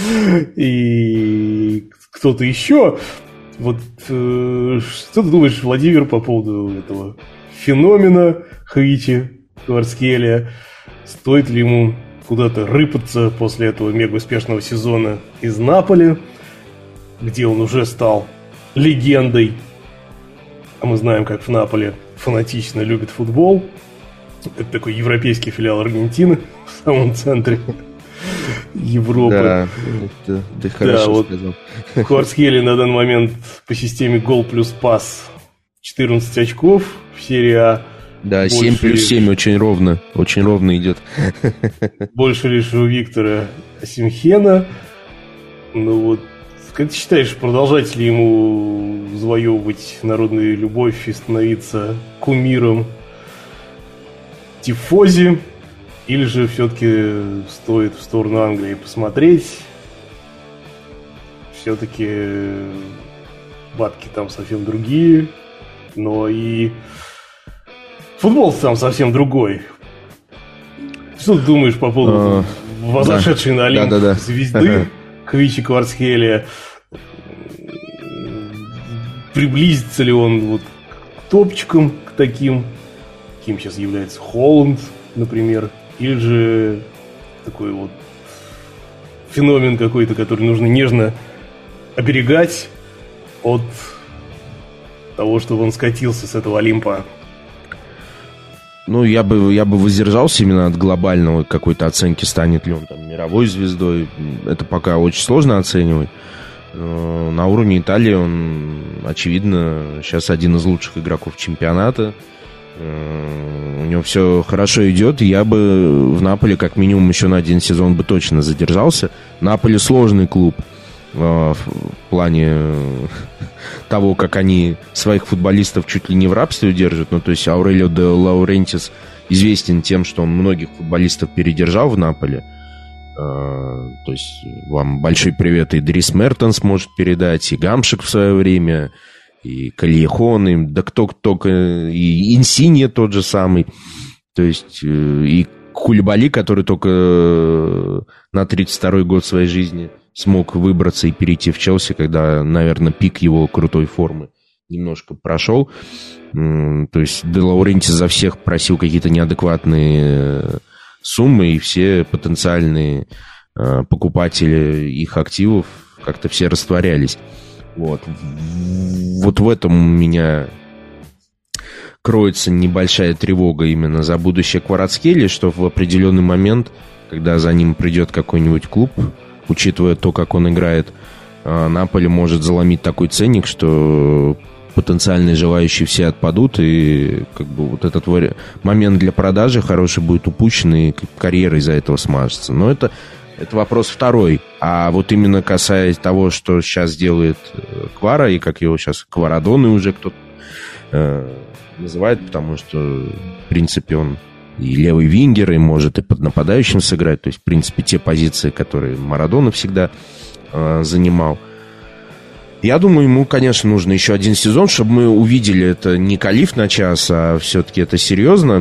и кто-то еще. Вот э, что ты думаешь, Владимир, по поводу этого феномена Хвичи Кварцхелия? Стоит ли ему куда-то рыпаться после этого мега успешного сезона из Наполи, где он уже стал легендой? А мы знаем, как в Наполе фанатично любят футбол. Это такой европейский филиал Аргентины в самом центре Европы. Да, это ты хорошо да, вот сказал. Кварцхелия на данный момент по системе гол плюс пас четырнадцать очков в серии А. Да, больше семь плюс лишь... семь очень ровно, очень ровно идет. Больше лишь у Виктора Осимхена. Ну вот, как ты считаешь, продолжать ли ему завоевывать народную любовь и становиться кумиром тифози? Или же все-таки стоит в сторону Англии посмотреть? Все-таки бабки там совсем другие, но и футбол там совсем другой. Что ты думаешь по поводу а, возошедшей да, на Олимп да, да, да. звезды Хвичи Кварцхелия? Приблизится ли он вот к топчикам, к таким, каким сейчас является Холланд, например? Или же такой вот феномен какой-то, который нужно нежно оберегать от того, чтобы он скатился с этого Олимпа? Ну, я бы, я бы воздержался именно от глобального какой-то оценки, станет ли он там мировой звездой. Это пока очень сложно оценивать. Но на уровне Италии он, очевидно, сейчас один из лучших игроков чемпионата. У него все хорошо идет. Я бы в Наполе как минимум еще на один сезон бы точно задержался. Наполе сложный клуб в плане того, как они своих футболистов чуть ли не в рабстве держат. Ну, то есть Аурелио де Лаурентис известен тем, что он многих футболистов передержал в Наполе. То есть вам большой привет и Дрис Мертенс может передать, и Гамшик в свое время, и Кальехон, и да кто только, и Инсинье тот же самый. То есть и Кулибали, который только на тридцать второй год своей жизни смог выбраться и перейти в Челси, когда, наверное, пик его крутой формы немножко прошел. То есть Де Лаурентис за всех просил какие-то неадекватные суммы, и все потенциальные покупатели их активов как-то все растворялись. Вот. Вот в этом у меня кроется небольшая тревога именно за будущее Кварацхелии, что в определенный момент, когда за ним придет какой-нибудь клуб, учитывая то, как он играет, Наполе может заломить такой ценник, что потенциальные желающие все отпадут, и как бы вот этот момент для продажи хороший будет упущен, и карьера из-за этого смажется. Но это, это вопрос второй. А вот именно касаясь того, что сейчас делает Квара, и как его сейчас Кварадоны уже кто-то э, называет, потому что, в принципе, он и левый вингер, и может и под нападающим сыграть. То есть, в принципе, те позиции, которые Марадона всегда э, занимал. Я думаю, ему, конечно, нужно еще один сезон, чтобы мы увидели это не калиф на час, а все-таки это серьезно.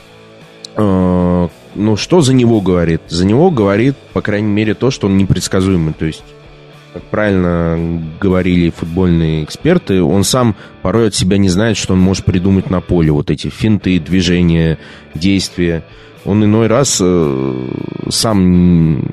Э, ну, что за него говорит? За него говорит, по крайней мере, то, что он непредсказуемый. То есть, как правильно говорили футбольные эксперты, он сам порой от себя не знает, что он может придумать на поле. Вот эти финты, движения, действия. Он иной раз э, сам,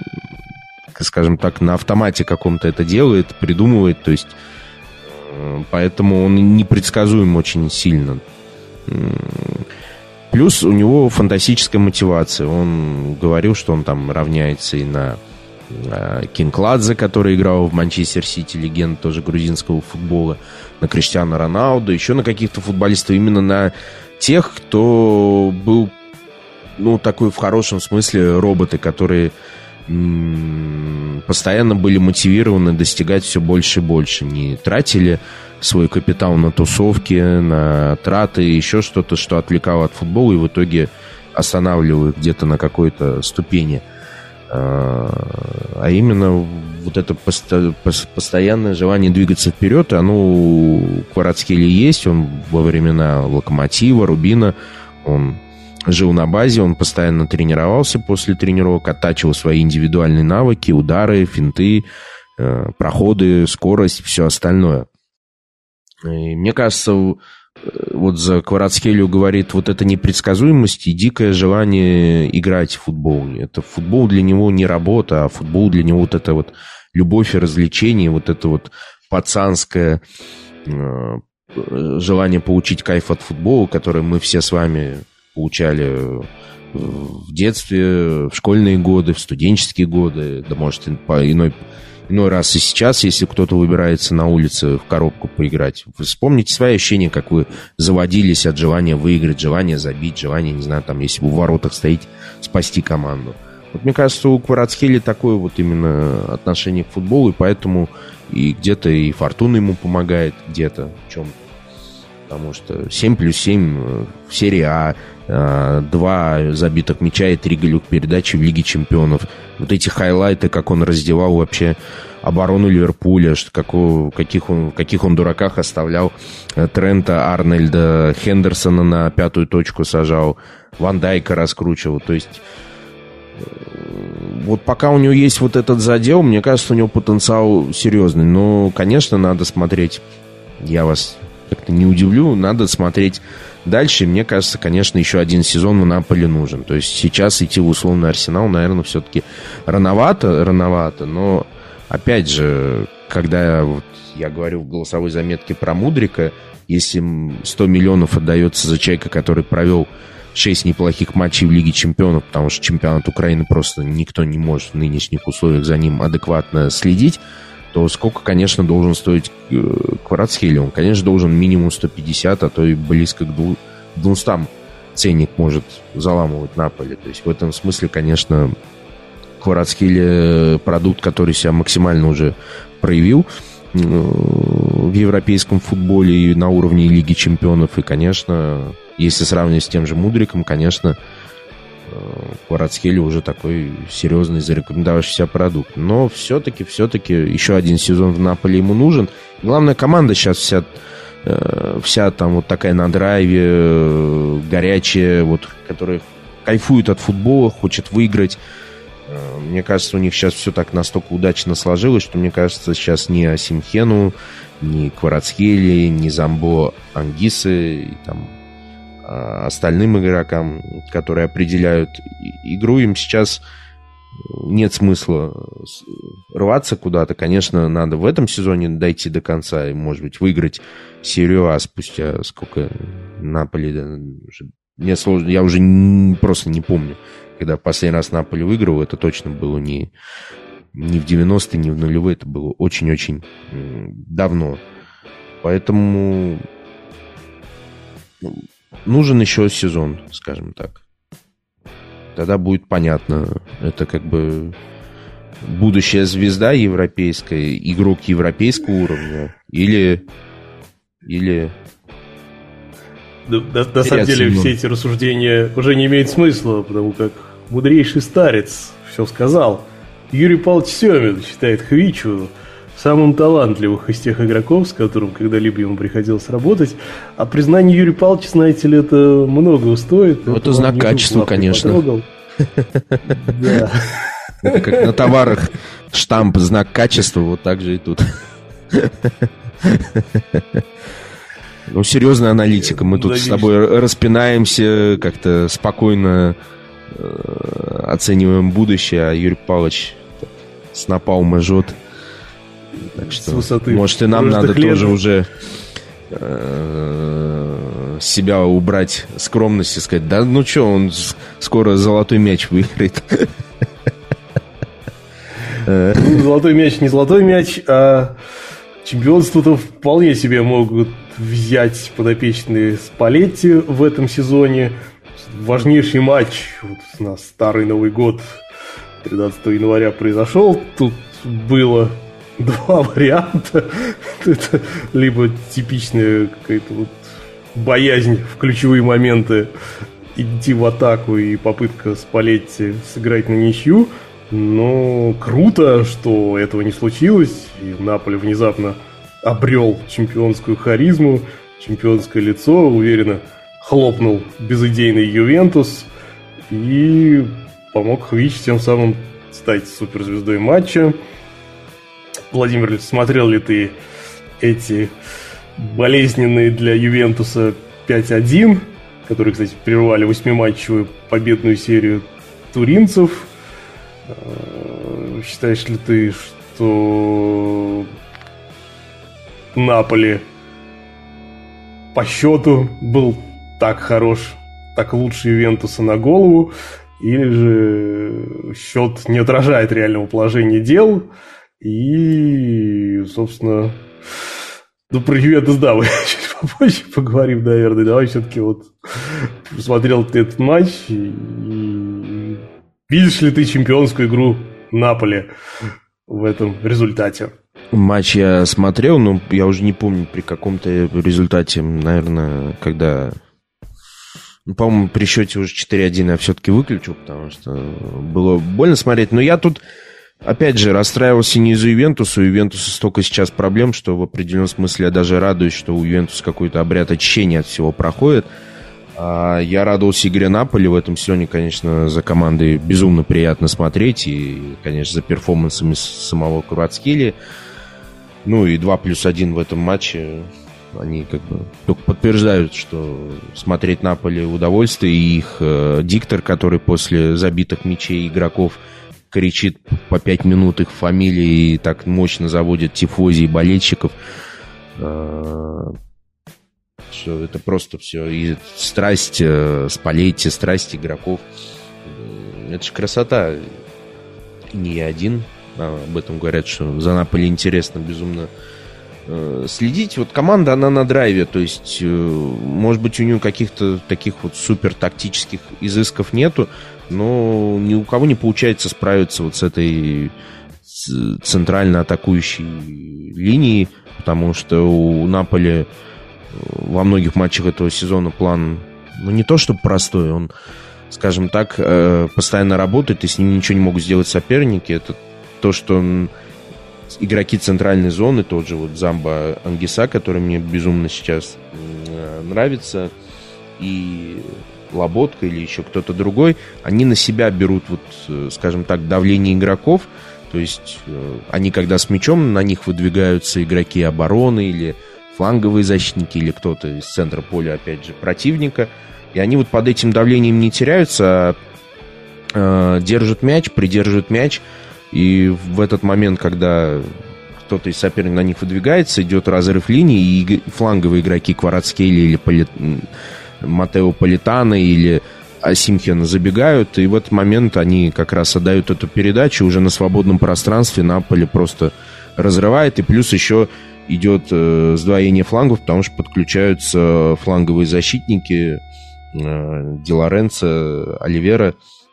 скажем так, на автомате каком-то это делает, придумывает. То есть, э, поэтому он непредсказуем очень сильно. Плюс у него фантастическая мотивация. Он говорил, что он там равняется и на Кингладзе, который играл в Манчестер Сити, легенда тоже грузинского футбола, на Криштиану Роналду, еще на каких-то футболистов, именно на тех, кто был, ну, такой в хорошем смысле роботы, которые м- постоянно были мотивированы достигать все больше и больше, не тратили свой капитал на тусовки, на траты, еще что-то, что отвлекало от футбола и в итоге останавливало их где-то на какой-то ступени. А именно вот это посто- постоянное желание двигаться вперед, оно у Кварацхелии есть. Он во времена Локомотива, Рубина, он жил на базе, он постоянно тренировался после тренировок, оттачивал свои индивидуальные навыки, удары, финты, проходы, скорость, все остальное. И мне кажется, вот за Кварацхелию говорит вот эта непредсказуемость и дикое желание играть в футбол. Это футбол для него не работа, а футбол для него вот это вот любовь и развлечение, вот это вот пацанское э, желание получить кайф от футбола, которое мы все с вами получали в детстве, в школьные годы, в студенческие годы, да может по иной Иной раз и сейчас, если кто-то выбирается на улице в коробку поиграть, вы вспомните свои ощущения, как вы заводились от желания выиграть, желания забить, желания, не знаю, там, если вы в воротах стоите, спасти команду. Вот мне кажется, у Кварацхелии такое вот именно отношение к футболу, и поэтому и где-то и фортуна ему помогает, где-то в чем-то. Потому что семь плюс семь в серии А, два забитых мяча и три голевых передачи в Лиге Чемпионов. Вот эти хайлайты, как он раздевал вообще оборону Ливерпуля, что какого, каких, он, каких он дураках оставлял Трента, Арнольда, Хендерсона на пятую точку сажал, Ван Дайка раскручивал. То есть вот пока у него есть вот этот задел, мне кажется, у него потенциал серьезный. Но, конечно, надо смотреть, я вас как-то не удивлю, надо смотреть дальше. Мне кажется, конечно, еще один сезон в Наполе нужен. То есть сейчас идти в условный Арсенал, наверное, все-таки рановато, рановато. Но, опять же, когда вот я говорю в голосовой заметке про Мудрика, если сто миллионов отдается за человека, который провел шесть неплохих матчей в Лиге Чемпионов, потому что чемпионат Украины просто никто не может в нынешних условиях за ним адекватно следить, то сколько, конечно, должен стоить Кварацхелия? Он, конечно, должен минимум сто пятьдесят, а то и близко к двумстам ценник может заламывать Наполе. То есть в этом смысле, конечно, Кварацхелия продукт, который себя максимально уже проявил в европейском футле и на уровне Лиги Чемпионов. И, конечно, если сравнивать с тем же Мудриком, конечно, Кварацхелия уже такой серьезный, зарекомендовавшийся продукт. Но все-таки, все-таки еще один сезон в Наполе ему нужен. Главное, команда сейчас вся, вся там вот такая на драйве, горячая, вот, которая кайфует от футбола, хочет выиграть. Мне кажется, у них сейчас все так настолько удачно сложилось, что, мне кажется, сейчас ни Асимхену, ни Кварацхелии, ни Замбо Ангисы и там остальным игрокам, которые определяют игру, им сейчас нет смысла рваться куда-то. Конечно, надо в этом сезоне дойти до конца и, может быть, выиграть серию А спустя сколько Наполи... Да, мне сложно, я уже не, просто не помню, когда последний раз Наполи выиграл. Это точно было не, не в девяностые, не в нулевые. Это было очень-очень давно. Поэтому... нужен еще сезон, скажем так. Тогда будет понятно. Это как бы будущая звезда европейская, игрок европейского уровня, или... или... Да, на, на самом деле все эти рассуждения уже не имеют смысла, потому как мудрейший старец все сказал. Юрий Павлович Семин считает Хвичу самым талантливых из тех игроков, с которым когда-либо ему приходилось работать. А признание Юрия Павловича, знаете ли, это много стоит. Ну, это знак качества, конечно. Да. Это как на товарах штамп, знак качества, вот так же и тут. Ну, серьезная аналитика. Мы тут с тобой распинаемся, как-то спокойно оцениваем будущее, а Юрий Павлович с напалма жжет. Так что, может, и нам надо хлеба. тоже уже э, с себя убрать скромность и сказать, да ну что, он скоро золотой мяч выиграет. Золотой мяч не золотой мяч, а чемпионство-то вполне себе могут взять подопечные Спалетти в этом сезоне. Важнейший матч вот на Старый Новый год тринадцатого января произошел. Тут было два варианта. Это либо типичная какая-то вот боязнь в ключевые моменты идти в атаку и попытка Спалетти сыграть на ничью. Но круто, что этого не случилось, и Наполе внезапно обрел чемпионскую харизму, чемпионское лицо, уверенно хлопнул безыдейный Ювентус и помог Хвич тем самым стать суперзвездой матча. Владимир, смотрел ли ты эти болезненные для Ювентуса пять один, которые, кстати, прервали восьмиматчевую победную серию туринцев? Считаешь ли ты, что Наполи по счету был так хорош, так лучше Ювентуса на голову, или же счет не отражает реального положения дел? И, собственно, ну, про Ювентус, да, мы чуть попозже поговорим, наверное. Давай все-таки вот посмотрел ты этот матч и, и видишь ли ты чемпионскую игру Наполи в этом результате? Матч я смотрел, но я уже не помню при каком-то результате, наверное, когда... Ну, по-моему, при счете уже четыре один я все-таки выключил, потому что было больно смотреть. Но я тут, опять же, расстраивался не из-за Ювентуса. У Ювентуса столько сейчас проблем, что в определенном смысле я даже радуюсь, что у Ювентуса какой-то обряд очищения от всего проходит. А я радовался игре Наполи в этом сезоне, конечно, за командой безумно приятно смотреть. И, конечно, за перформансами самого Кварацхелии. Ну и два плюс один в этом матче... Они как бы только подтверждают, что смотреть Наполи удовольствие. И их э, диктор, который после забитых мячей игроков кричит по пять минут их фамилии и так мощно заводит тифози и болельщиков. Э, что это просто все. И страсть э, Спалетти, страсть игроков. Это же красота. Не я один. А, об этом говорят, что за Наполи интересно безумно следить. Вот команда, она на драйве, то есть, может быть, у нее каких-то таких вот супер тактических изысков нету, но ни у кого не получается справиться вот с этой центрально атакующей линией, потому что у Наполи во многих матчах этого сезона план, ну, не то чтобы простой, он, скажем так, постоянно работает, и с ним ничего не могут сделать соперники. Это то, что он игроки центральной зоны, тот же вот Замба Ангиса, который мне безумно сейчас нравится, и Лоботка или еще кто-то другой, они на себя берут, вот, скажем так, давление игроков, то есть они, когда с мячом, на них выдвигаются игроки обороны или фланговые защитники, или кто-то из центра поля, опять же, противника, и они вот под этим давлением не теряются, а держат мяч, придерживают мяч. И в этот момент, когда кто-то из соперников на них выдвигается, идет разрыв линии, и фланговые игроки Кварацхелии или Поли... Матео Политано или Асимхена забегают, и в этот момент они как раз отдают эту передачу уже на свободном пространстве. Наполи просто разрывает, и плюс еще идет э, сдвоение флангов, потому что подключаются фланговые защитники э, Ди Лоренцо, Оливера.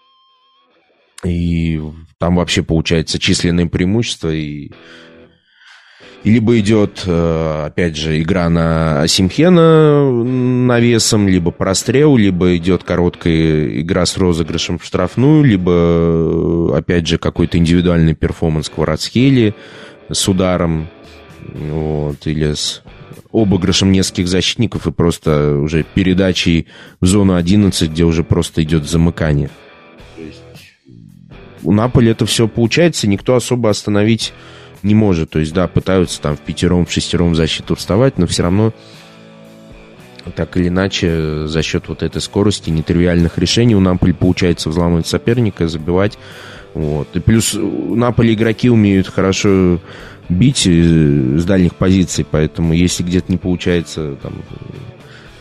И там вообще получается численное преимущество. И, и либо идет, опять же, игра на Асимхена навесом, либо прострел, либо идет короткая игра с розыгрышем в штрафную, либо, опять же, какой-то индивидуальный перформанс Кварацхелии с ударом, вот, или с обыгрышем нескольких защитников и просто уже передачей в зону одиннадцать, где уже просто идет замыкание. У Наполи это все получается, никто особо остановить не может. То есть, да, пытаются там в пятером, в шестером в защиту вставать, но все равно, так или иначе, за счет вот этой скорости, нетривиальных решений у Наполи получается взламывать соперника, забивать. Вот. И плюс у Наполи игроки умеют хорошо бить с дальних позиций, поэтому если где-то не получается там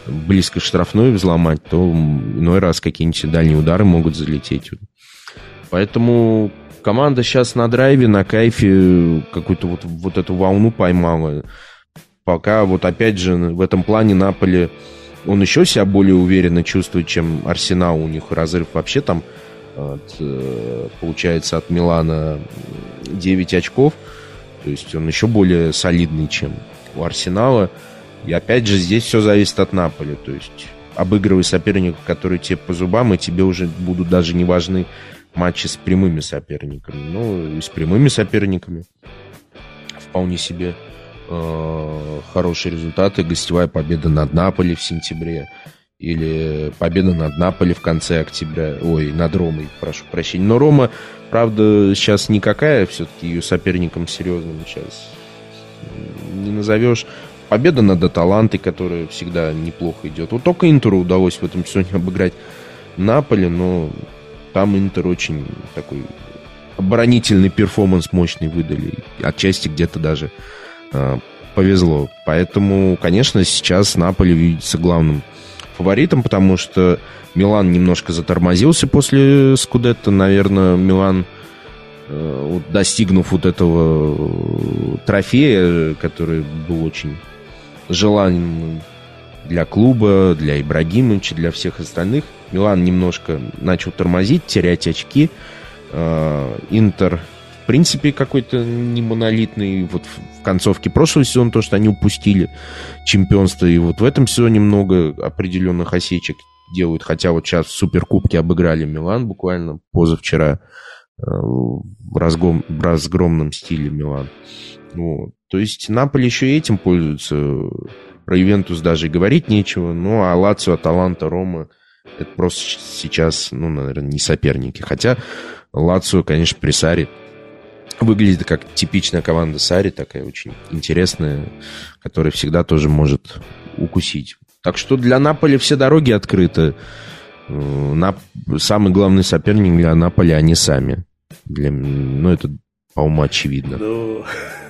близко штрафной взломать, то иной раз какие-нибудь дальние удары могут залететь. Поэтому команда сейчас на драйве, на кайфе, какую-то вот, вот эту волну поймала. Пока вот опять же в этом плане Наполи, он еще себя более уверенно чувствует, чем Арсенал. У них разрыв вообще там от, получается от Милана девять очков. То есть он еще более солидный, чем у Арсенала. И опять же здесь все зависит от Наполи. То есть обыгрывай соперников, которые тебе по зубам, и тебе уже будут даже не важны матчи с прямыми соперниками. Ну, и с прямыми соперниками вполне себе э, хорошие результаты. Гостевая победа над Наполи в сентябре. Или победа над Наполи в конце октября. Ой, над Ромой, прошу прощения. Но Рома, правда, сейчас никакая. Все-таки ее соперником серьезным сейчас не назовешь. Победа над Аталантой, которая всегда неплохо идет. Вот только Интеру удалось в этом сезоне обыграть Наполи, но там Интер очень такой оборонительный перформанс мощный выдали. Отчасти где-то даже э, повезло. Поэтому, конечно, сейчас Наполи видится главным фаворитом, потому что Милан немножко затормозился после Скудетто. Наверное, Милан, э, вот, достигнув вот этого трофея, который был очень желанным для клуба, для Ибрагимовича, для всех остальных, Милан немножко начал тормозить, терять очки. Интер, в принципе, какой-то не монолитный. Вот в концовке прошлого сезона то, что они упустили чемпионство, и вот в этом сезоне много определенных осечек делают. Хотя вот сейчас в Суперкубке обыграли Милан буквально позавчера в разгром, в разгромном стиле Милан. Вот. То есть Наполи еще и этим пользуется. Про Ювентус даже и говорить нечего. Ну, а Лацио, Аталанта, Рома — это просто сейчас, ну, наверное, не соперники. Хотя Лацио, конечно, при Сарри выглядит как типичная команда Сарри, такая очень интересная, которая всегда тоже может укусить. Так что для Наполи все дороги открыты. Нап... Самый главный соперник для Наполи они сами. Для... Ну, это, по-моему, очевидно. Ну...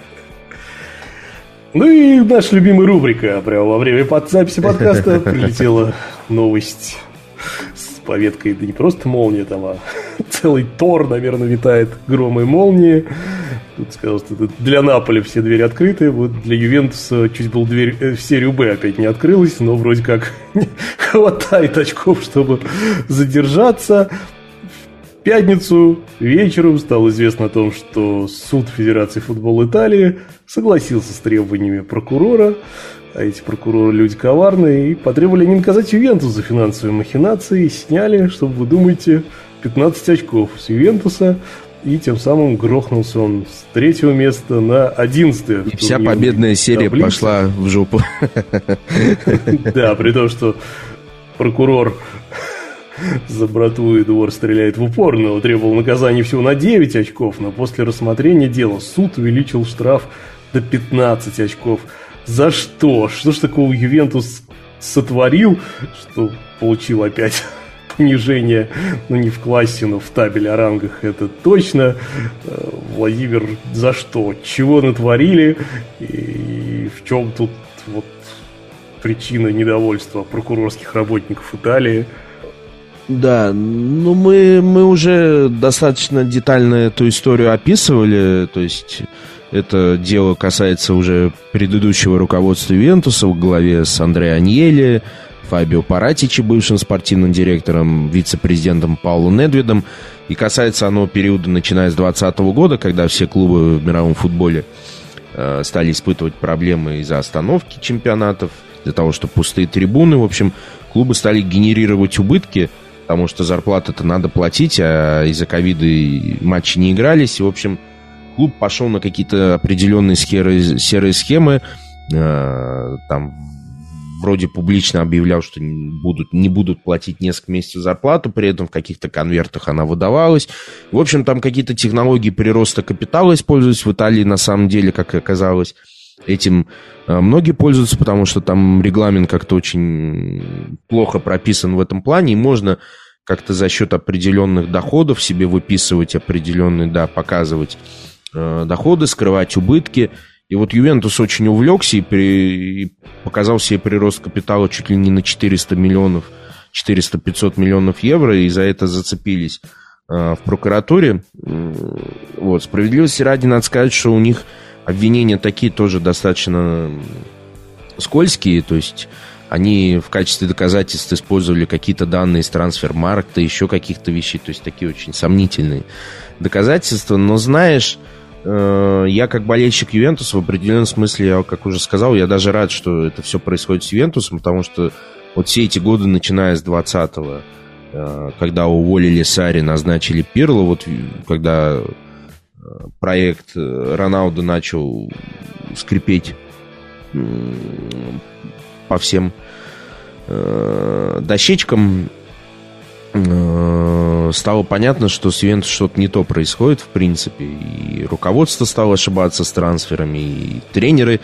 Ну и наша любимая рубрика. Прямо во время под записи подкаста прилетела новость с повесткой. Да не просто молния там, а целый Тор, наверное, витает громы и молнии. Тут сказал, что для Наполи все двери открыты. Вот для Ювентуса чуть было дверь в серию Б опять не открылась, но вроде как хватает очков, чтобы задержаться. В пятницу вечером стало известно о том, что суд Федерации футбола Италии согласился с требованиями прокурора, а эти прокуроры люди коварные, и потребовали не наказать Ювентус за финансовые махинации, и сняли, чтобы вы думаете, пятнадцать очков с Ювентуса, и тем самым грохнулся он с третьего места на одиннадцатое. И вся победная серия таблицы пошла в жопу. Да, при том, что прокурор за братву и двор стреляет в упор, но требовал наказания всего на девять очков, но после рассмотрения дела суд увеличил штраф до пятнадцати очков. За что? Что ж такого Ювентус сотворил, что получил опять понижение, ну не в классе, но в табеле о рангах, это точно. Владимир, за что? Чего натворили? И в чем тут вот причина недовольства прокурорских работников Италии? Да, ну мы, мы уже достаточно детально эту историю описывали, то есть это дело касается уже предыдущего руководства Ювентуса в главе с Андреа Аньелли, Фабио Паратичи, бывшим спортивным директором, вице-президентом Пауло Недведом, и касается оно периода, начиная с двадцатого года, когда все клубы в мировом футболе э, стали испытывать проблемы из-за остановки чемпионатов, из-за того, что пустые трибуны, в общем, клубы стали генерировать убытки, потому что зарплаты-то надо платить, а из-за ковида матчи не игрались. И, в общем, клуб пошел на какие-то определенные серые, серые схемы. Э, там вроде публично объявлял, что не будут, не будут платить несколько месяцев зарплату, при этом в каких-то конвертах она выдавалась. В общем, там какие-то технологии прироста капитала используются в Италии, на самом деле, как оказалось. Этим многие пользуются, потому что там регламент как-то очень плохо прописан в этом плане, и можно как-то за счет определенных доходов себе выписывать определенные, да, показывать э, доходы, скрывать убытки. И вот Ювентус очень увлекся и, при, и показал себе прирост капитала чуть ли не на четыреста миллионов, четыреста-пятьсот миллионов евро, и за это зацепились э, в прокуратуре. Вот. Справедливости ради надо сказать, что у них обвинения такие тоже достаточно скользкие, то есть они в качестве доказательств использовали какие-то данные из трансфер-маркта, еще каких-то вещей, то есть такие очень сомнительные доказательства. Но знаешь, я как болельщик Ювентуса в определенном смысле, я, как уже сказал, я даже рад, что это все происходит с Ювентусом, потому что вот все эти годы, начиная с двадцатого, когда уволили Сарри, назначили Пирло, вот когда проект Роналдо начал скрипеть по всем дощечкам, стало понятно, что с Ювентусом что-то не то происходит, в принципе. И руководство стало ошибаться с трансферами, и тренеры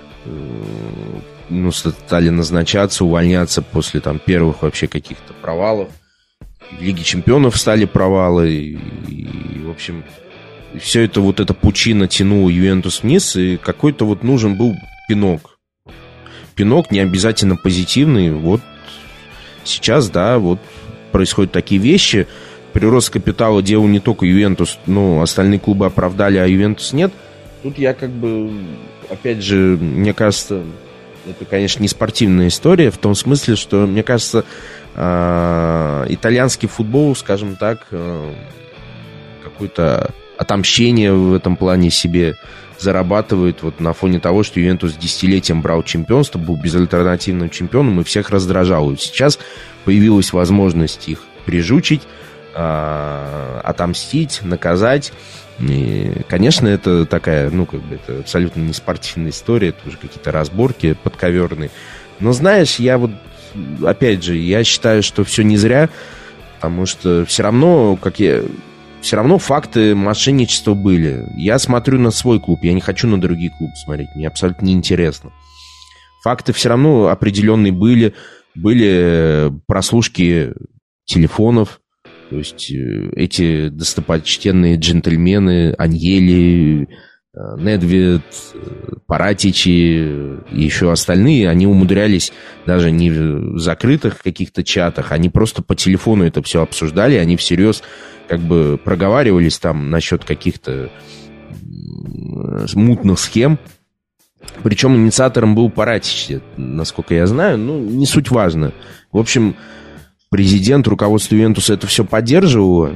ну, стали назначаться, увольняться после там, первых вообще каких-то провалов. В Лиге Чемпионов стали провалы. И, и, в общем, все это, вот эта пучина тянула Ювентус вниз, и какой-то вот нужен был пинок. Пинок не обязательно позитивный. Вот сейчас, да, вот происходят такие вещи. Прирост капитала делал не только Ювентус, но остальные клубы оправдали, а Ювентус нет. Тут я как бы, опять же, мне кажется, это, конечно, не спортивная история, в том смысле, что, мне кажется, итальянский футбол, скажем так, какое-то отомщение в этом плане себе зарабатывает вот на фоне того, что Ювентус десятилетием брал чемпионство, был безальтернативным чемпионом и всех раздражал. И сейчас появилась возможность их прижучить, э, отомстить, наказать. И, конечно, это такая, ну, как бы, это абсолютно не спортивная история, это уже какие-то разборки подковерные. Но, знаешь, я вот, опять же, я считаю, что все не зря, потому что все равно, как я... Все равно факты мошенничества были. Я смотрю на свой клуб, я не хочу на другие клубы смотреть, мне абсолютно неинтересно. Факты все равно определенные были. Были прослушки телефонов, то есть эти достопочтенные джентльмены, Аньели, Недвед, Паратичи и еще остальные, они умудрялись даже не в закрытых каких-то чатах, они просто по телефону это все обсуждали, они всерьез как бы проговаривались там насчет каких-то мутных схем. Причем инициатором был Паратич, насколько я знаю, ну, не суть важно. В общем, президент, руководство Ювентуса это все поддерживало,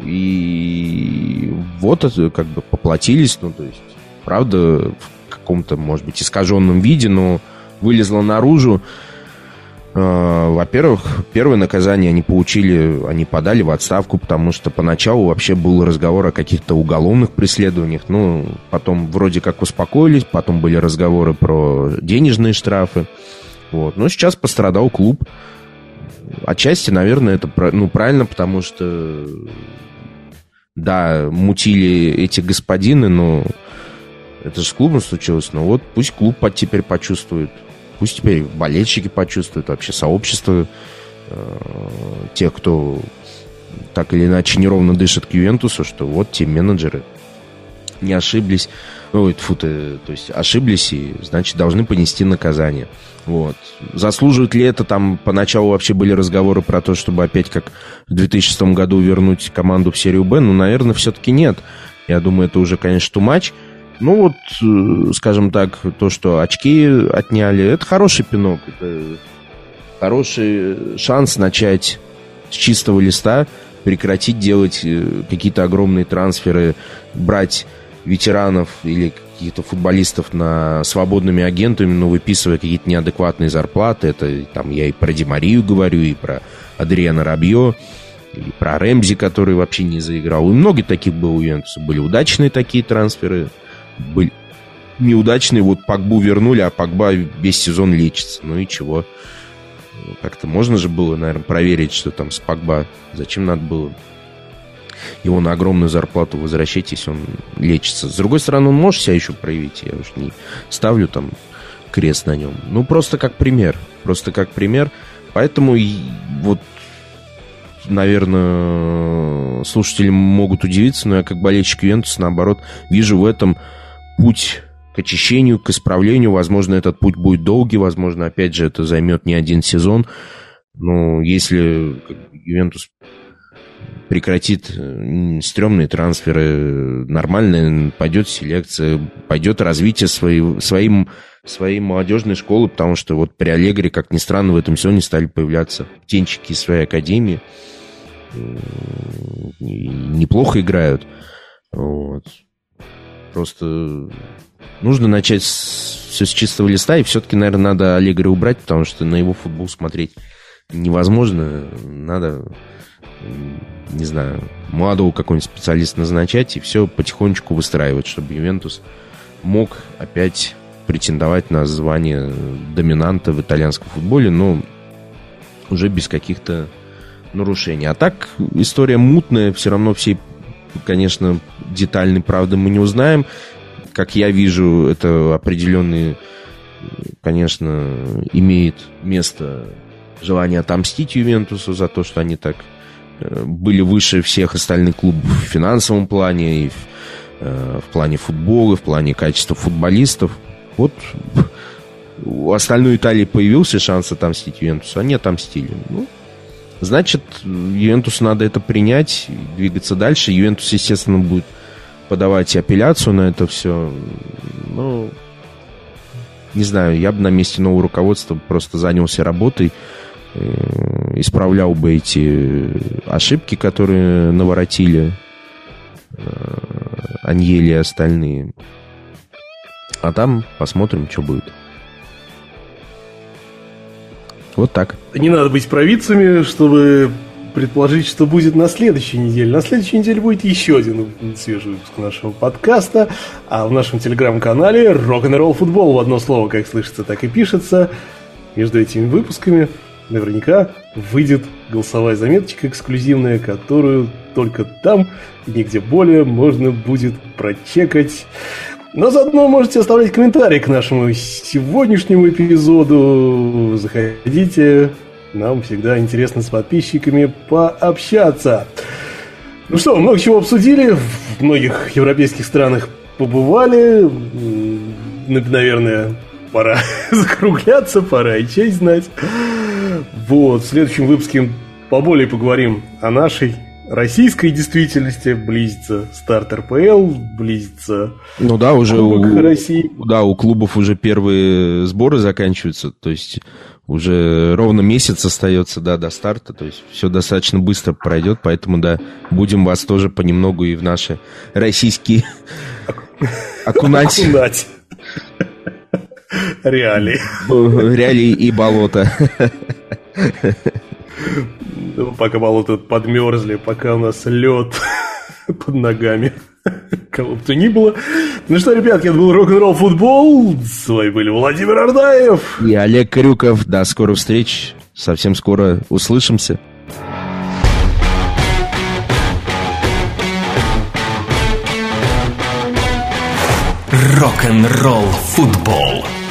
и вот это как бы поплатились, ну, то есть, правда, в каком-то, может быть, искаженном виде, но вылезло наружу. Во-первых, первое наказание они получили, они подали в отставку, потому что поначалу вообще был разговор о каких-то уголовных преследованиях, ну, потом вроде как успокоились, потом были разговоры про денежные штрафы, вот. Но сейчас пострадал клуб. Отчасти, наверное, это, ну, правильно, потому что, да, мутили эти господины, но это же с клубом случилось, но вот пусть клуб теперь почувствует. Пусть теперь болельщики почувствуют, вообще сообщество э, тех, кто так или иначе неровно дышит к Ювентусу, что вот те менеджеры не ошиблись, ой, тьфу ты, то есть ошиблись и, значит, должны понести наказание. Вот. Заслуживает ли это, там поначалу вообще были разговоры про то, чтобы опять как в две тысячи шестом году вернуть команду в серию Б, ну, наверное, все-таки нет. Я думаю, это уже, конечно, too much. Ну вот, скажем так, то, что очки отняли, это хороший пинок, это хороший шанс начать с чистого листа, прекратить делать какие-то огромные трансферы, брать ветеранов или каких-то футболистов на свободными агентами, но выписывая какие-то неадекватные зарплаты. Это там я и про Ди Марию говорю, и про Адриана Рабьо, и про Рэмзи, который вообще не заиграл. И много таких было у Ювентуса. Были удачные такие трансферы, были неудачные. Вот Погбу вернули, а Погба весь сезон лечится. Ну и чего? Как-то можно же было, наверное, проверить, что там с Погба. Зачем надо было его на огромную зарплату возвращать, если он лечится? С другой стороны, он может себя еще проявить. Я уж не ставлю там крест на нем. Ну, просто как пример. Просто как пример. Поэтому вот, наверное, слушатели могут удивиться, но я как болельщик Ювентуса, наоборот, вижу в этом путь к очищению, к исправлению. Возможно, этот путь будет долгий, возможно, опять же, это займет не один сезон. Но если Ювентус прекратит стрёмные трансферы, нормально пойдет селекция, пойдет развитие своей, своим, своей молодежной школы, потому что вот при Аллегри, как ни странно, в этом сезоне стали появляться птенчики из своей академии. И неплохо играют. Вот. Просто нужно начать с, все с чистого листа, и все-таки, наверное, надо Аллегри убрать, потому что на его футбол смотреть невозможно. Надо, не знаю, молодого какого-нибудь специалиста назначать и все потихонечку выстраивать, чтобы Ювентус мог опять претендовать на звание доминанта в итальянском футболе, но уже без каких-то нарушений. А так, история мутная, все равно всей, конечно, детальной правды мы не узнаем. Как я вижу, это определенный, конечно, имеет место желание отомстить Ювентусу за то, что они так были выше всех остальных клубов в финансовом плане, и в, в плане футбола, в плане качества футболистов. Вот у остальной Италии появился шанс отомстить Ювентусу, они отомстили. Ну, значит, Ювентусу надо это принять, двигаться дальше. Ювентус, естественно, будет подавать апелляцию на это все. Ну, не знаю, я бы на месте нового руководства просто занялся работой, исправлял бы эти ошибки, которые наворотили Аньелли и остальные. А там посмотрим, что будет. Вот так. Не надо быть провидцами, чтобы предположить, что будет на следующей неделе. На следующей неделе будет еще один свежий выпуск нашего подкаста. А в нашем телеграм-канале Rock'n'Roll Football в одно слово, как слышится, так и пишется. Между этими выпусками наверняка выйдет голосовая заметочка эксклюзивная, которую только там и нигде более можно будет прочекать. Но заодно можете оставлять комментарии к нашему сегодняшнему эпизоду. Заходите, нам всегда интересно с подписчиками пообщаться. Ну что, много чего обсудили, в многих европейских странах побывали. Наверное, пора закругляться, пора и честь знать. Вот, в следующем выпуске поболее поговорим о нашей российской действительности. Близится старт эр пэ эл, близится ну да, уже Кубок у, России. Да, у клубов уже первые сборы заканчиваются, то есть уже ровно месяц остается, да, до старта, то есть все достаточно быстро пройдет, поэтому, да, будем вас тоже понемногу и в наши российские окунать. Окунать. Реалии. Реалии и болото. Ну, пока болото подмерзли, пока у нас лед под ногами. Кого бы то ни было. Ну что, ребятки, это был Rock'n'Roll Football. С вами были Владимир Ардаев и Олег Крюков. До скорых встреч. Совсем скоро услышимся. Rock'n'Roll Football.